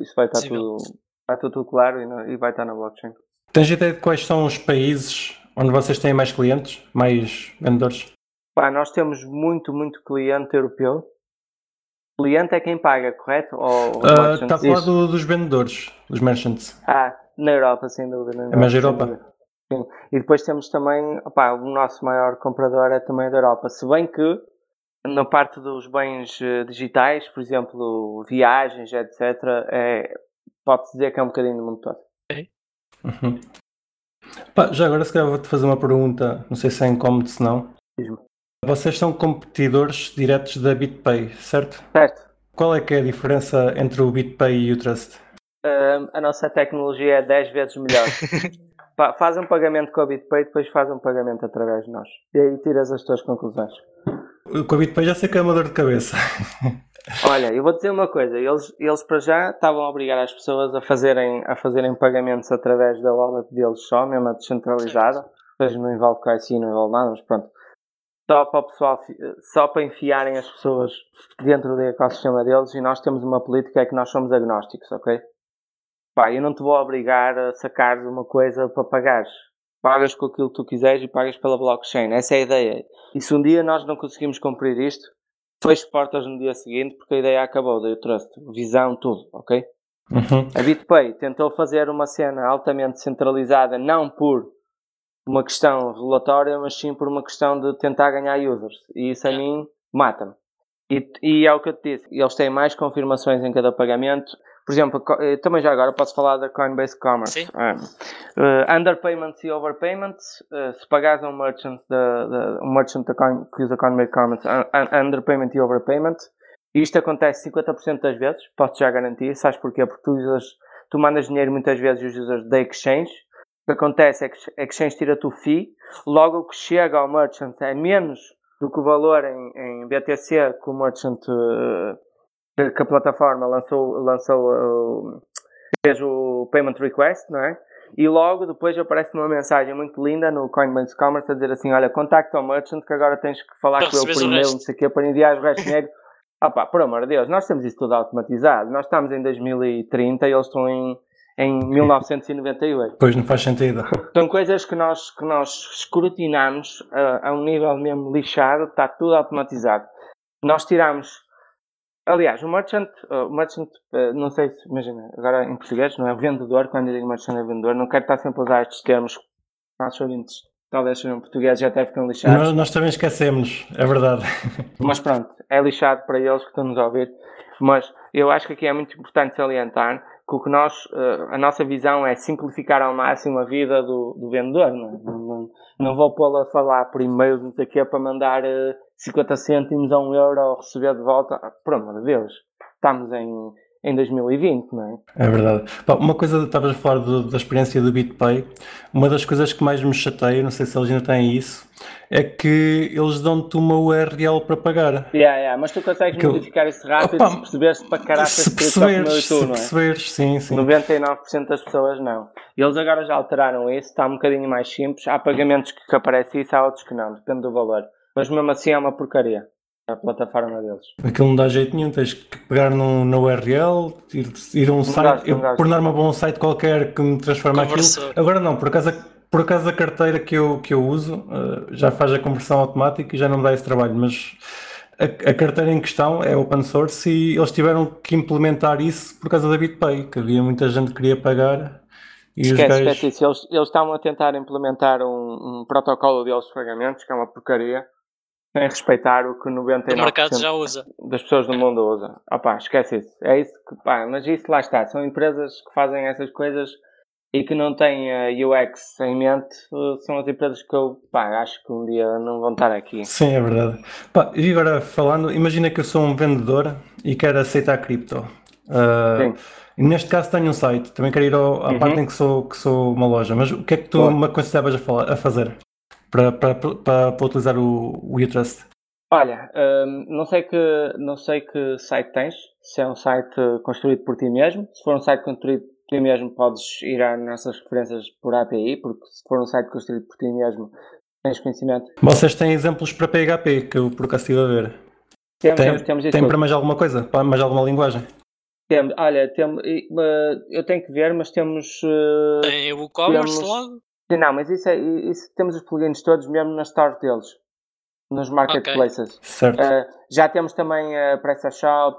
tudo claro e vai estar na blockchain.
Tens ideia de quais são os países onde vocês têm mais clientes, mais vendedores?
Pá, nós temos muito cliente europeu. Cliente é quem paga, correto?
Está a falar dos vendedores, dos merchants.
Na Europa, sem dúvida.
É mais Europa?
Sim. E depois temos também, o nosso maior comprador é também da Europa. Se bem que na parte dos bens digitais, por exemplo, viagens, etc., pode-se dizer que é um bocadinho do mundo todo.
Uhum. Pá, já agora se calhar vou-te fazer uma pergunta, não sei se é incómodo, se não.
Diz-me.
Vocês são competidores diretos da BitPay, certo?
Certo.
Qual é que é a diferença entre o BitPay e o Trust?
A nossa tecnologia é 10 vezes melhor. Faz um pagamento com a BitPay, depois faz um pagamento através de nós. E aí tiras as tuas conclusões.
Com a BitPay já sei que é uma dor de cabeça.
Olha, eu vou dizer uma coisa. Eles para já estavam a obrigar as pessoas a fazerem pagamentos através da wallet deles só, mesmo a descentralizada. Ou seja, não envolve KYC, não envolve nada, mas pronto. Só para o pessoal, só para enfiarem as pessoas dentro do ecossistema deles, e nós temos uma política, é que nós somos agnósticos, ok? Eu não te vou obrigar a sacares uma coisa para pagares. Pagas com aquilo que tu quiseres e pagas pela blockchain. Essa é a ideia. E se um dia nós não conseguimos cumprir isto, fecho portas no dia seguinte, porque a ideia acabou, daí o trust, visão, tudo, ok?
Uhum.
A BitPay tentou fazer uma cena altamente centralizada, não por uma questão regulatória, mas sim por uma questão de tentar ganhar users. E isso a mim mata-me. E é o que eu te disse. Eles têm mais confirmações em cada pagamento. Por exemplo, também já agora posso falar da Coinbase Commerce. Underpayments e overpayments. Se pagares a um merchant que usa Coinbase Commerce, underpayment e overpayment, isto acontece 50% das vezes. Posso já garantir. Sabes porquê? Porque tu mandas dinheiro muitas vezes os users da exchange. O que acontece é que a exchange tira-te o fee. Logo o que chega ao merchant é menos do que o valor em BTC que o merchant, que a plataforma fez o payment request, não é? E logo depois aparece uma mensagem muito linda no Coinbase Commerce a dizer assim, olha, contacta o merchant que agora tens que falar com ele por e-mail, não sei o quê, para enviar o resto de dinheiro. Por amor de Deus, nós temos isso tudo automatizado. Nós estamos em 2030 e eles estão em 1998.
Pois não faz sentido.
São coisas que nós escrutinamos a um nível mesmo lixado, está tudo automatizado. Nós tiramos, aliás, o merchant, não sei se, imagina, agora em português, não é vendedor, quando eu digo merchant é vendedor, não quero estar sempre a usar estes termos, nossos ouvintes talvez sejam portugueses e até ficam lixados.
Nós também esquecemos, é verdade.
Mas pronto, é lixado para eles que estão-nos a ouvir. Mas eu acho que aqui é muito importante salientar que a nossa visão é simplificar ao máximo a vida do vendedor. Não vou pô-lo a falar por e-mail, não sei o quê, para mandar 50 cêntimos a €1 ou receber de volta. Por amor de Deus, estamos em 2020, não é?
É verdade. Uma coisa, estavas a falar da experiência do BitPay, uma das coisas que mais me chateia, não sei se eles ainda têm isso, é que eles dão-te uma URL para pagar.
Mas tu consegues modificar isso rápido se perceberes para caraças
se perceberes, sim.
99% das pessoas não. Eles agora já alteraram isso, está um bocadinho mais simples. Há pagamentos que aparecem isso, há outros que não, depende do valor. Mas mesmo assim é uma porcaria. a plataforma deles.
Aquilo não dá jeito nenhum, tens que pegar na URL, ir a um site, por norma vou a um site qualquer que me transforma aquilo. Agora não, por acaso a carteira que eu uso já faz a conversão automática e já não me dá esse trabalho, mas a carteira em questão é open source e eles tiveram que implementar isso por causa da BitPay, que havia muita gente que queria pagar. E
esquece isso, eles estavam a tentar implementar um protocolo deles de pagamentos, que é uma porcaria, sem respeitar o que 99% das pessoas do mundo usa. Esquece isso. É isso que, mas isso lá está. São empresas que fazem essas coisas e que não têm a UX em mente. São as empresas que eu acho que um dia não vão estar aqui.
Sim, é verdade. E agora falando, imagina que eu sou um vendedor e quero aceitar cripto. Neste caso tenho um site, também quero ir à parte em que sou uma loja, mas o que é que tu me aconselhavas a fazer para utilizar o UTrust?
Olha, não sei que site tens, se é um site construído por ti mesmo. Se for um site construído por ti mesmo, podes ir às nossas referências por API, porque se for um site construído por ti mesmo, tens conhecimento.
Vocês têm exemplos para PHP, que eu por acaso estive a ver.
Temos
tem para mais alguma coisa? Para mais alguma linguagem?
Eu tenho que ver, mas temos...
Tem o WooCommerce logo?
Não, mas isso temos os plugins todos mesmo nas stores deles, nos marketplaces.
Certo.
Já temos também a PrestaShop,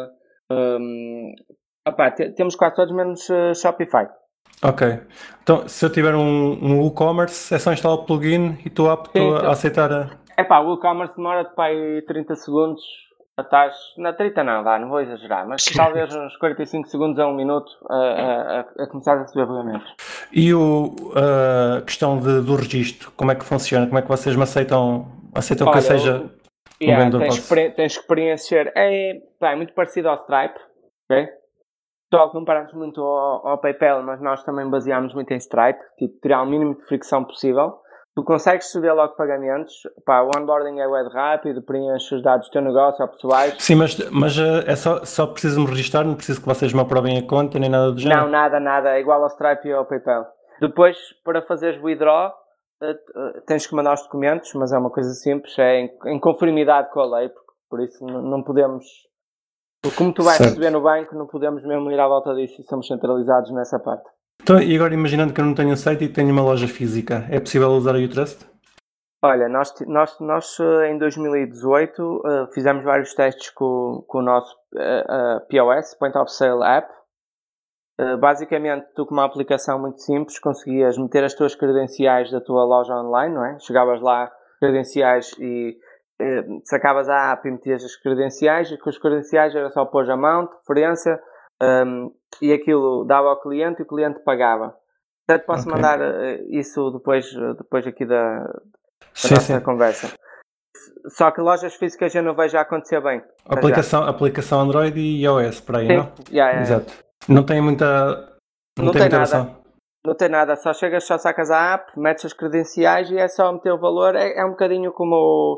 temos quase todos menos Shopify.
Ok. Então, se eu tiver um WooCommerce, é só instalar o plugin e estou apto a aceitar
o WooCommerce demora-te para aí 30 segundos. Na 30 não vou exagerar, mas talvez uns 45 segundos a 1 minuto a começar a receber pagamentos.
E a questão do registro, como é que funciona? Como é que vocês me aceitam que eu seja um vendedor?
Tens que preencher. É muito parecido ao Stripe, ok? Só comparamos muito ao PayPal, mas nós também baseamos muito em Stripe, tipo, tirar o mínimo de fricção possível. Tu consegues receber logo pagamentos, o onboarding é web rápido, preenches os dados do teu negócio ou pessoais.
Sim, mas é só preciso me registrar, não preciso que vocês me aprovem a conta nem nada do género?
Não, nada, é igual ao Stripe e ao PayPal. Depois, para fazeres withdraw, tens que mandar os documentos, mas é uma coisa simples, é em conformidade com a lei, por isso não podemos... Como tu vais receber no banco, não podemos mesmo ir à volta disso e somos centralizados nessa parte.
Então, e agora imaginando que eu não tenho um site e tenho uma loja física, é possível usar a UTrust?
Olha, nós em 2018 fizemos vários testes com o nosso POS, Point of Sale App. Basicamente, tu com uma aplicação muito simples conseguias meter as tuas credenciais da tua loja online, não é? Chegavas lá, credenciais e sacavas a app e metias as credenciais, e com as credenciais era só pôr a mão, referência, e aquilo dava ao cliente e o cliente pagava. Portanto, posso mandar isso depois aqui da nossa conversa. Só que lojas físicas eu não vejo a acontecer bem.
Aplicação Android e iOS, por aí, não?
Exato.
Não tem muita...
Não tem nada. Não tem nada, só sacas a app, metes as credenciais e é só meter o valor. É um bocadinho como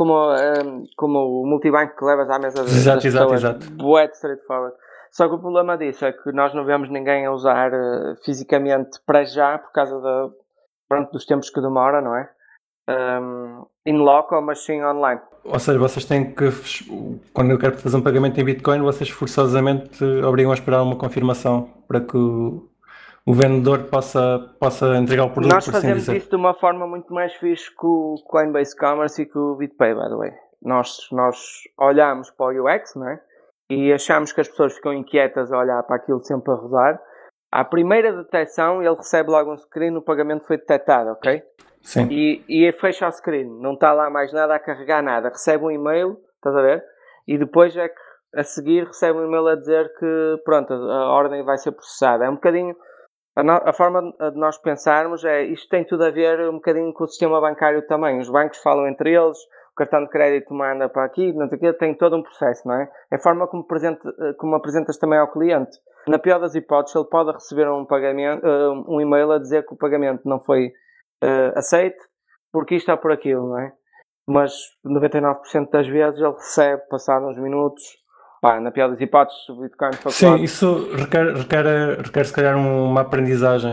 o multibanco que levas à mesa das pessoas.
Exato.
Bué straightforward. Só que o problema disso é que nós não vemos ninguém a usar fisicamente para já, por causa dos tempos que demora, não é? In loco, mas sim online.
Ou seja, vocês têm que, quando eu quero fazer um pagamento em Bitcoin, vocês forçosamente obrigam a esperar uma confirmação para que o vendedor possa entregar o produto.
Nós fazemos isso de uma forma muito mais fixe que o Coinbase Commerce e que o BitPay, by the way. Nós olhamos para o UX, não é? E achamos que as pessoas ficam inquietas a olhar para aquilo sempre a rodar. À primeira detecção, ele recebe logo um screen, o pagamento foi detectado, ok?
Sim.
E fecha o screen, não está lá mais nada a carregar nada. Recebe um e-mail, estás a ver? E depois é que a seguir recebe um e-mail a dizer que pronto, a ordem vai ser processada. É um bocadinho... A forma de nós pensarmos isto tem tudo a ver um bocadinho com o sistema bancário também. Os bancos falam entre eles, o cartão de crédito manda para aqui, não sei o quê, tem todo um processo, não é? É a forma como apresentas também ao cliente. Na pior das hipóteses, ele pode receber um e-mail a dizer que o pagamento não foi aceito, porque isto ou por aquilo, não é? Mas 99% das vezes ele recebe, passado uns minutos. Na pior das hipóteses, o Bitcoin foi
Sim, isso requer se calhar uma aprendizagem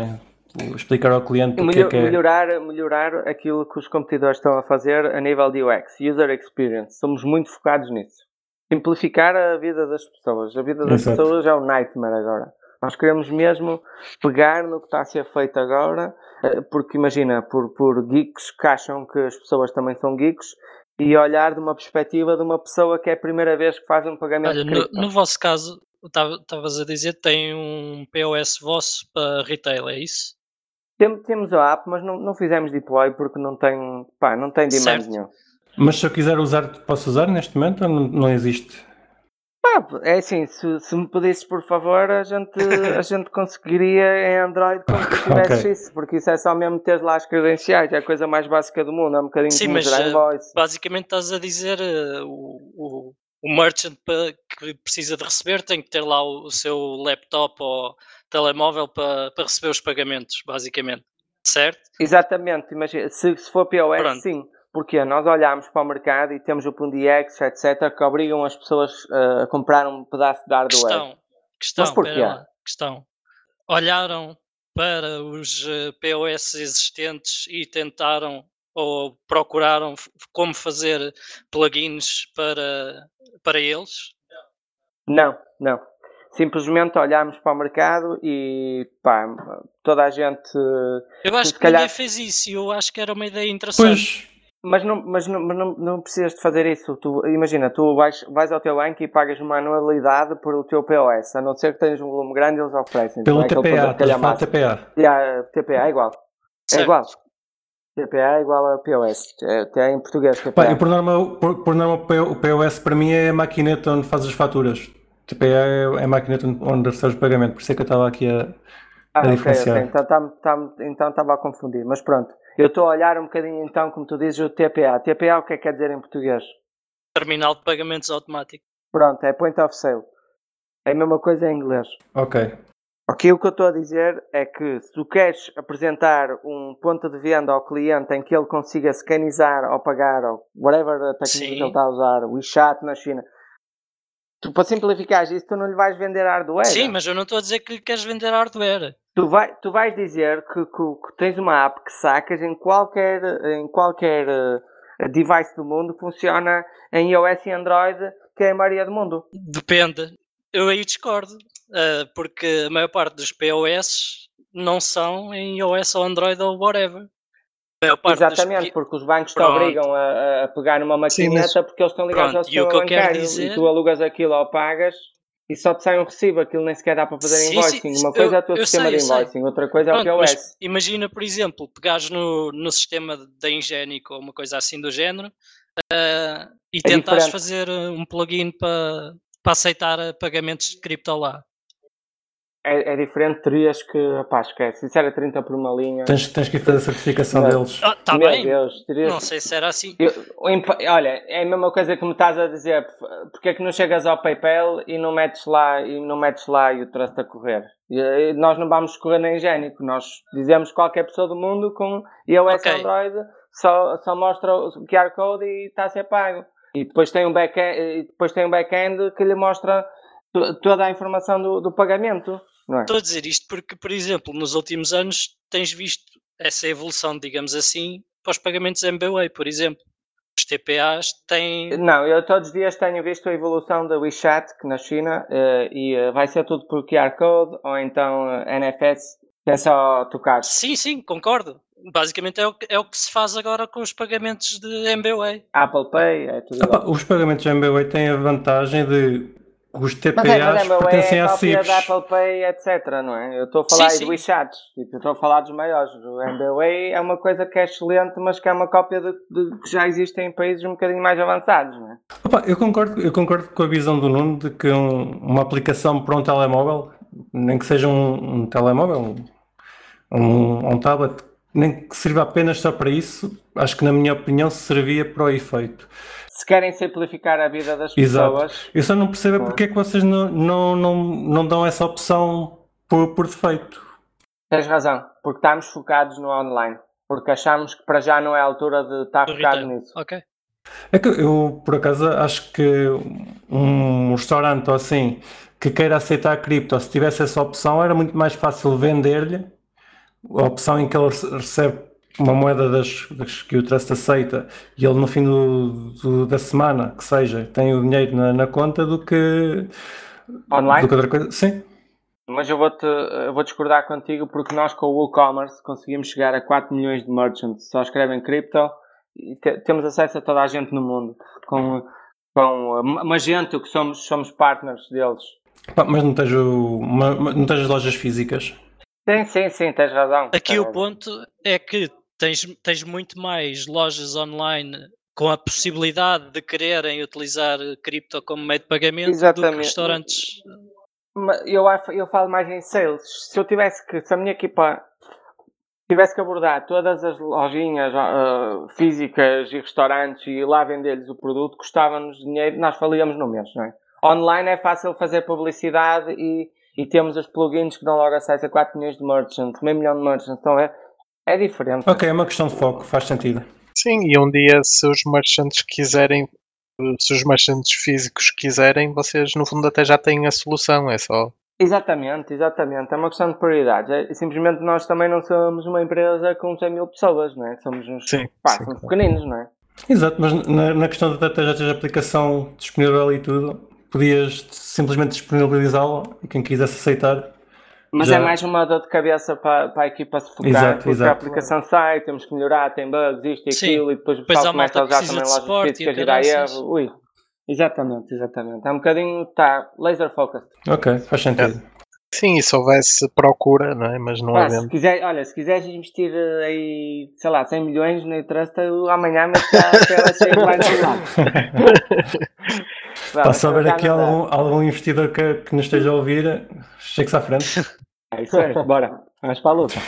explicar ao cliente o que é.
Melhorar aquilo que os competidores estão a fazer a nível de UX, User Experience. Somos muito focados nisso. Simplificar a vida das pessoas. A vida das pessoas é um nightmare agora. Nós queremos mesmo pegar no que está a ser feito agora, porque imagina, por geeks que acham que as pessoas também são geeks, e olhar de uma perspectiva de uma pessoa que é a primeira vez que faz um pagamento.
Olha, no vosso caso, estavas a dizer que tem um POS vosso para retail, é isso?
Temos a app, mas não fizemos deploy porque não tem demand nenhum.
Mas se eu quiser usar, posso usar neste momento ou não existe?
É assim, se me pedisses por favor, a gente conseguiria em Android quando tu tivesse isso, porque isso é só mesmo ter lá as credenciais, é a coisa mais básica do mundo, é um bocadinho
sim,
como gerar invoice.
Basicamente estás a dizer o merchant que precisa de receber tem que ter lá o seu laptop ou telemóvel para receber os pagamentos, basicamente, certo?
Exatamente, imagina, se for POS,
Pronto.
sim. Porque nós olhamos para o mercado e temos o PundiX, etc., que obrigam as pessoas a comprar um pedaço de hardware.
Questão. Olharam para os POS existentes e tentaram ou procuraram como fazer plugins para eles?
Não. Simplesmente olhámos para o mercado e toda a gente...
Eu acho que ninguém fez isso e eu acho que era uma ideia interessante.
Mas não precisas de fazer isso. Imagina, tu vais ao teu banco e pagas uma anualidade por o teu POS, a não ser que tenhas um volume grande, eles oferecem.
Pelo TPA,
TPA é igual.
Certo.
É igual. TPA é igual a POS. É em português. TPA.
Por norma, o POS para mim é a maquineta onde fazes as faturas. TPA é a maquineta onde recebes o pagamento. Por isso é que eu estava aqui a diferenciar.
Okay. Então estava a confundir. Mas pronto. Eu estou a olhar um bocadinho então, como tu dizes, o TPA. TPA o que é que quer dizer em português?
Terminal de pagamentos automático.
Pronto, é Point of Sale. É a mesma coisa em inglês.
Ok.
Ok, o que eu estou a dizer é que se tu queres apresentar um ponto de venda ao cliente em que ele consiga scanizar ou pagar ou whatever a tecnologia que ele está a usar, o WeChat na China, tu, para simplificar isso, tu não lhe vais vender hardware.
Sim, mas eu não estou a dizer que lhe queres vender hardware.
Tu vais dizer que tens uma app que sacas em qualquer device do mundo que funciona em iOS e Android, que é a maioria do mundo.
Depende. Eu aí discordo, porque a maior parte dos POS não são em iOS ou Android ou whatever.
Exatamente, porque os bancos te obrigam a pegar numa maquineta porque eles estão ligados ao sistema bancário e tu alugas aquilo ou pagas e só te sai um recibo, aquilo nem sequer dá para fazer invoicing. Uma coisa é o teu sistema de invoicing, outra coisa é o POS.
Imagina, por exemplo, pegares no sistema da Ingenico ou uma coisa assim do género e tentares fazer um plugin para aceitar pagamentos de cripto lá.
É diferente, terias que... esquece, isso era 30 por uma linha.
Tens que fazer a certificação deles.
Está bem,
Deus,
não sei se era assim.
Olha, é a mesma coisa que me estás a dizer. Porque é que não chegas ao PayPal e não metes lá e o trust a correr? Nós não vamos correr na Ingenico. Nós dizemos que qualquer pessoa do mundo com iOS e Android só mostra o QR Code e está a ser pago. E depois tem um back-end que lhe mostra toda a informação do pagamento. Não é?
Estou a dizer isto porque, por exemplo, nos últimos anos tens visto essa evolução, digamos assim, para os pagamentos MBWay, por exemplo. Os TPAs têm...
Não, eu todos os dias tenho visto a evolução da WeChat, que na China, e vai ser tudo por QR Code, ou então NFS, que é só tocar.
Sim, concordo. Basicamente é o que se faz agora com os pagamentos de MBWay.
Apple Pay, é tudo igual.
Os pagamentos de MBWay têm a vantagem de os TPAs pertencem à CIPs.
Da Apple Pay, etc, não é? Eu estou a falar de WeChat, eu estou a falar dos maiores. O MBWay é uma coisa que é excelente, mas que é uma cópia de que já existem em países um bocadinho mais avançados, não é?
Eu concordo com a visão do Nuno de que uma aplicação para um telemóvel, nem que seja um telemóvel, um tablet, nem que sirva apenas só para isso, acho que na minha opinião servia para o efeito.
Se querem simplificar a vida das pessoas...
Exato. Eu só não percebo porque é que vocês não dão essa opção por defeito.
Tens razão, porque estamos focados no online. Porque achamos que para já não é a altura de estar focado nisso.
Ok.
É que eu, por acaso, acho que um restaurante ou assim que queira aceitar cripto, se tivesse essa opção, era muito mais fácil vender-lhe a opção em que ele recebe uma moeda das que o Trust aceita e ele no fim da semana, que seja, tem o dinheiro na conta do que
Online?
do que outra coisa. Sim.
Mas eu vou discordar contigo porque nós com o WooCommerce conseguimos chegar a 4 milhões de merchants. Só escrevem cripto e temos acesso a toda a gente no mundo. Com Magento, que somos partners deles.
Mas não tens lojas físicas.
Sim, tens razão.
Aqui o ponto é que tens muito mais lojas online com a possibilidade de quererem utilizar cripto como meio de pagamento do que restaurantes.
Eu falo mais em sales. Se a minha equipa tivesse que abordar todas as lojinhas físicas e restaurantes e ir lá vender-lhes o produto, custava-nos dinheiro, nós falíamos no mês, não é? Online é fácil fazer publicidade e temos os plugins que dão logo acesso a 4 milhões de merchants, meio milhão de merchants, então é diferente.
Ok, é uma questão de foco, faz sentido.
Sim, e um dia se os merchants físicos quiserem, vocês no fundo até já têm a solução, é só...
Exatamente, é uma questão de prioridades. Simplesmente nós também não somos uma empresa com 100 mil pessoas, não é? Somos somos pequeninos, não é?
Exato, mas na questão de até já ter a aplicação disponível e tudo, podias simplesmente disponibilizá-la e quem quisesse aceitar.
Mas é mais uma dor de cabeça para a equipa se focar, porque a aplicação sai, temos que melhorar, tem bugs, isto e aquilo, e depois o pessoal começa a usar também lojas físicas e dá erro. Ui, exatamente. É um bocadinho, laser focused.
Ok, faz sentido.
Sim, e se houvesse procura, não é? Mas não havendo.
Se quiseres investir aí, sei lá, 100 milhões no Trust, amanhã metes a tela cheia de mais do lado.
Se houver aqui algum investidor que nos esteja a ouvir, chegue-se à frente.
É isso aí, bora, vamos para a luta.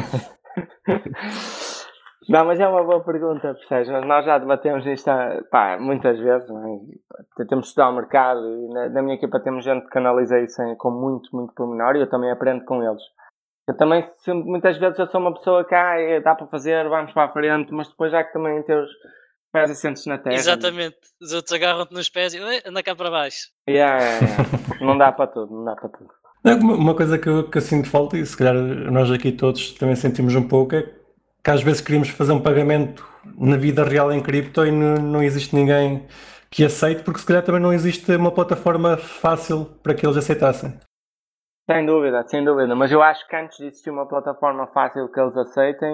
Não, mas é uma boa pergunta, percebes? Nós já debatemos isto muitas vezes, não é? Temos de estudar o mercado e na minha equipa temos gente que analisa isso com muito, muito pormenor e eu também aprendo com eles. Eu também, muitas vezes eu sou uma pessoa que dá para fazer, vamos para a frente, mas depois já que também teus pés assentes na terra.
Exatamente, os outros agarram-te nos pés e anda cá para baixo.
Não dá para tudo.
Uma coisa que eu sinto falta, e se calhar nós aqui todos também sentimos um pouco, é que às vezes queríamos fazer um pagamento na vida real em cripto e não existe ninguém que aceite, porque se calhar também não existe uma plataforma fácil para que eles aceitassem.
Sem dúvida, mas eu acho que antes de existir uma plataforma fácil que eles aceitem,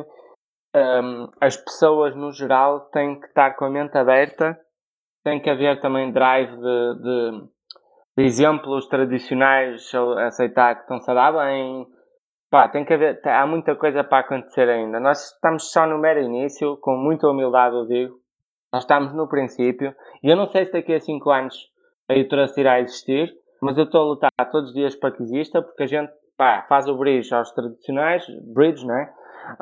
as pessoas no geral têm que estar com a mente aberta, tem que haver também drive de exemplos tradicionais a aceitar que estão-se a dar bem. Tem que haver, há muita coisa para acontecer ainda. Nós estamos só no mero início, com muita humildade eu digo. Nós estamos no princípio. E eu não sei se daqui a 5 anos a Trust irá existir, mas eu estou a lutar todos os dias para que exista, porque a gente faz o bridge aos tradicionais, não é?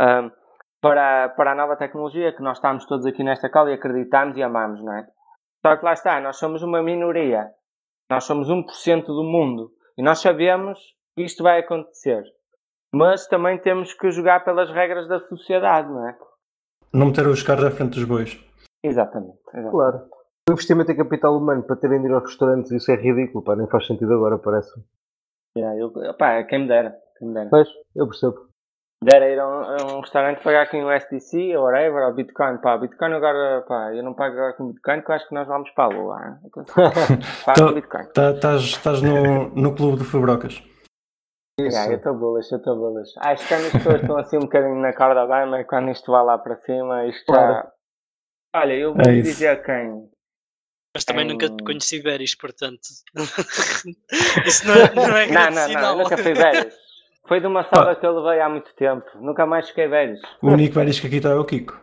Para a nova tecnologia, que nós estamos todos aqui nesta call e acreditamos e amamos, não é? Só que lá está, nós somos uma minoria. Nós somos 1% do mundo. E nós sabemos que isto vai acontecer. Mas também temos que jogar pelas regras da sociedade, não é?
Não meter os carros à frente dos bois.
Exatamente.
Claro. O investimento em capital humano para terem de ir aos restaurantes, isso é ridículo, nem faz sentido agora, parece.
Quem me dera.
Pois, eu percebo.
Dera ir a um restaurante pagar aqui um SDC ou whatever, ou Bitcoin. Bitcoin agora, eu não pago agora com Bitcoin, que eu acho que nós vamos para a lua. Pago com Bitcoin.
Estás no clube de Fubrocas.
Eu estou bullish. Acho que as pessoas estão assim um bocadinho na corda bem, mas quando isto vai lá para cima, isto já... Olha, eu vou dizer quem...
Mas também nunca te conheci Beris, portanto... Isso não é grande sinal.
Não, nunca fui Beris. Foi de uma salva que eu levei há muito tempo. Nunca mais fiquei Beris.
O único Beris que aqui está é o Kiko.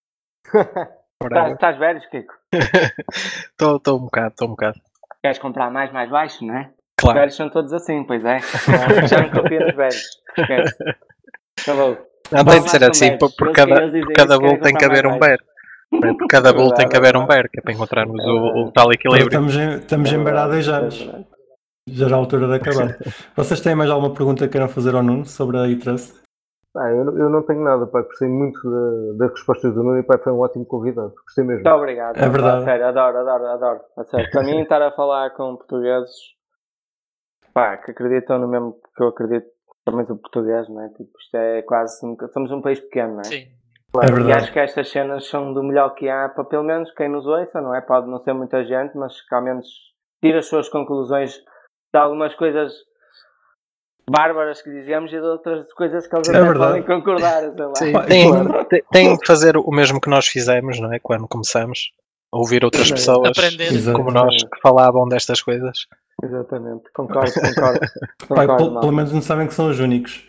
Estás Beris, Kiko?
Estou um bocado.
Queres comprar mais baixo, não é?
Claro.
Os Beris são todos assim, pois é. Já me confio nos Beris. Esquece. Acabou.
Não tem de ser assim, por cada bolo tem que haver um bear. Por cada bolo tem que haver um bear, que é para encontrarmos o tal equilíbrio.
Estamos em bear há 2 anos. Já era a altura de acabar. Vocês têm mais alguma pergunta que queiram fazer ao Nuno sobre a iTrust?
Eu não tenho nada, gostei muito das respostas do Nuno e foi um ótimo convidado. Gostei mesmo.
Muito obrigado.
É verdade.
A sério, adoro. A sério. Para mim, estar a falar com portugueses que acreditam no mesmo que eu acredito, também o português, não é? Tipo, isto é quase... Somos um país pequeno, não é?
Sim.
É verdade.
E acho que estas cenas são do melhor que há para pelo menos quem nos ouça, não é? Pode não ser muita gente, mas que ao menos tira as suas conclusões de algumas coisas bárbaras que dizemos e de outras coisas que eles até podem concordar, sei lá.
Sim, tem que fazer o mesmo que nós fizemos, não é? Quando começamos a ouvir outras pessoas como nós que falavam destas coisas.
Exatamente, concordo.
Pelo menos não sabem que são os únicos.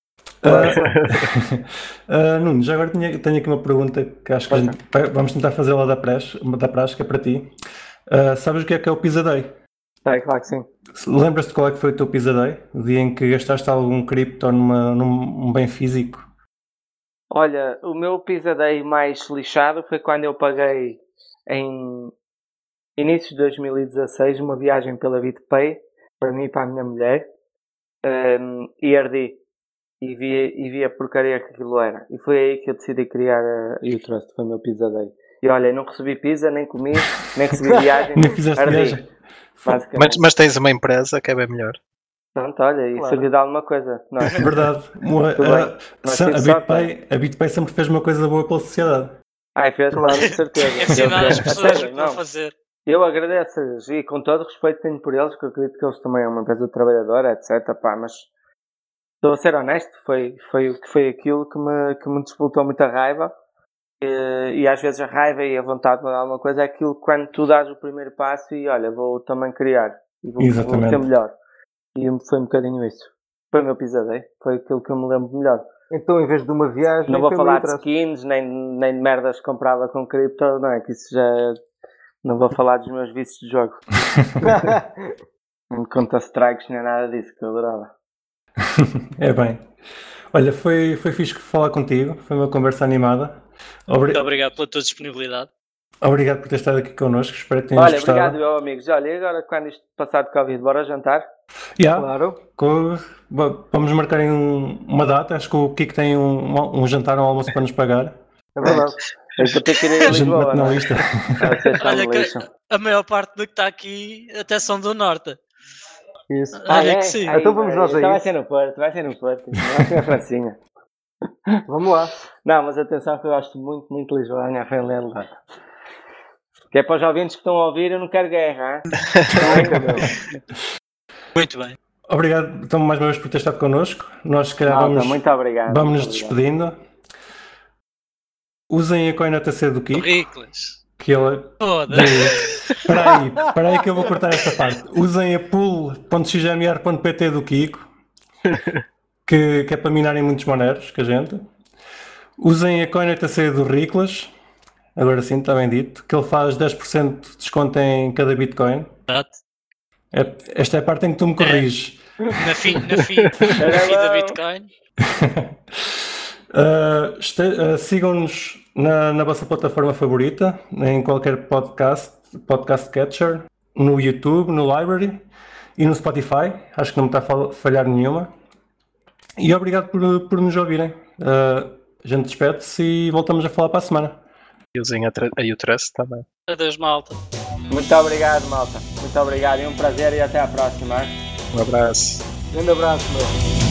Nuno, já agora tenho aqui uma pergunta que acho que vamos tentar fazê-la da prática para ti. Sabes o que é o Pizza Day?
Claro que sim.
Lembras-te qual é que foi o teu Pizza Day? O dia em que gastaste algum cripto num bem físico?
Olha, o meu Pizza Day mais lixado foi quando eu paguei em início de 2016 uma viagem pela BitPay para mim e para a minha mulher e ardi e vi a porcaria que aquilo era, e foi aí que eu decidi criar a YouTrust. Foi o meu Pizza Day e olha, não recebi pizza, nem comi, nem recebi viagem.
Nem fizeste viagem.
Mas tens uma empresa que é bem melhor.
Pronto, olha, isso serviu de alguma coisa, não é?
Verdade. A BitPay sempre fez uma coisa boa pela sociedade.
Fez, claro, com certeza.
Ensinar as pessoas o que fazer.
Eu agradeço-lhes e com todo o respeito que tenho por eles, que eu acredito que eles também é uma empresa trabalhadora, etc. Mas estou a ser honesto, foi aquilo que me disputou muita raiva. E às vezes a raiva e a vontade de mandar alguma coisa é aquilo quando tu dás o primeiro passo e olha, vou também criar e vou ser melhor. E foi um bocadinho isso. Foi o meu Pizza Day, foi aquilo que eu me lembro melhor.
Então, em vez de uma viagem...
Não vou falar de skins, nem de merdas que comprava com cripto, não é? Que isso já... Não vou falar dos meus vícios de jogo. Não me conta strikes nem nada disso, que eu adorava.
É bem. Olha, foi fixe falar contigo, foi uma conversa animada.
Muito obrigado pela tua disponibilidade.
Obrigado por ter estado aqui connosco, espero que tenhas gostado.
Obrigado, meu amigos. Olha, e agora quando isto passar de Covid, bora jantar?
Claro.
Vamos marcar em uma data, acho que o Kiko tem um jantar, um almoço para nos pagar.
É verdade.
Eu vou ter que ir a Lisboa, não é?
Olha que a maior parte do que está aqui até são do Norte.
Isso.
Olha que sim.
Então vamos nós aí.
Vai ser no Porto. Vai ser na Francinha.
Vamos lá.
Não, mas atenção que eu gosto muito, muito de Lisboa. A minha que é para os ouvintes que estão a ouvir, eu não quero guerra.
Muito bem.
Obrigado, então, mais uma vez por ter estado connosco. Nós, se calhar,
muito obrigado.
Vamos nos despedindo. Usem a coin ATC do Kiko.
Ridículas.
Que ele... Espera aí que eu vou cortar esta parte. Usem a pool.xmr.pt do Kiko. Que é para minarem muitos moneros que a gente. Usem a coin ATC do Riclas. Agora sim, está bem dito. Que ele faz 10% de desconto em cada Bitcoin.
Exato.
Esta é a parte em que tu me corriges.
Na fim da Bitcoin.
Sigam-nos na vossa plataforma favorita, em qualquer podcast catcher, no YouTube, no Library e no Spotify. Acho que não me está a falhar nenhuma. E obrigado por nos ouvirem. A gente despede-se e voltamos a falar para a semana.
E usem a YouTrust também.
Adeus, malta.
Muito obrigado, malta. Muito obrigado e um prazer e até à próxima.
Um abraço.
Grande abraço, meu.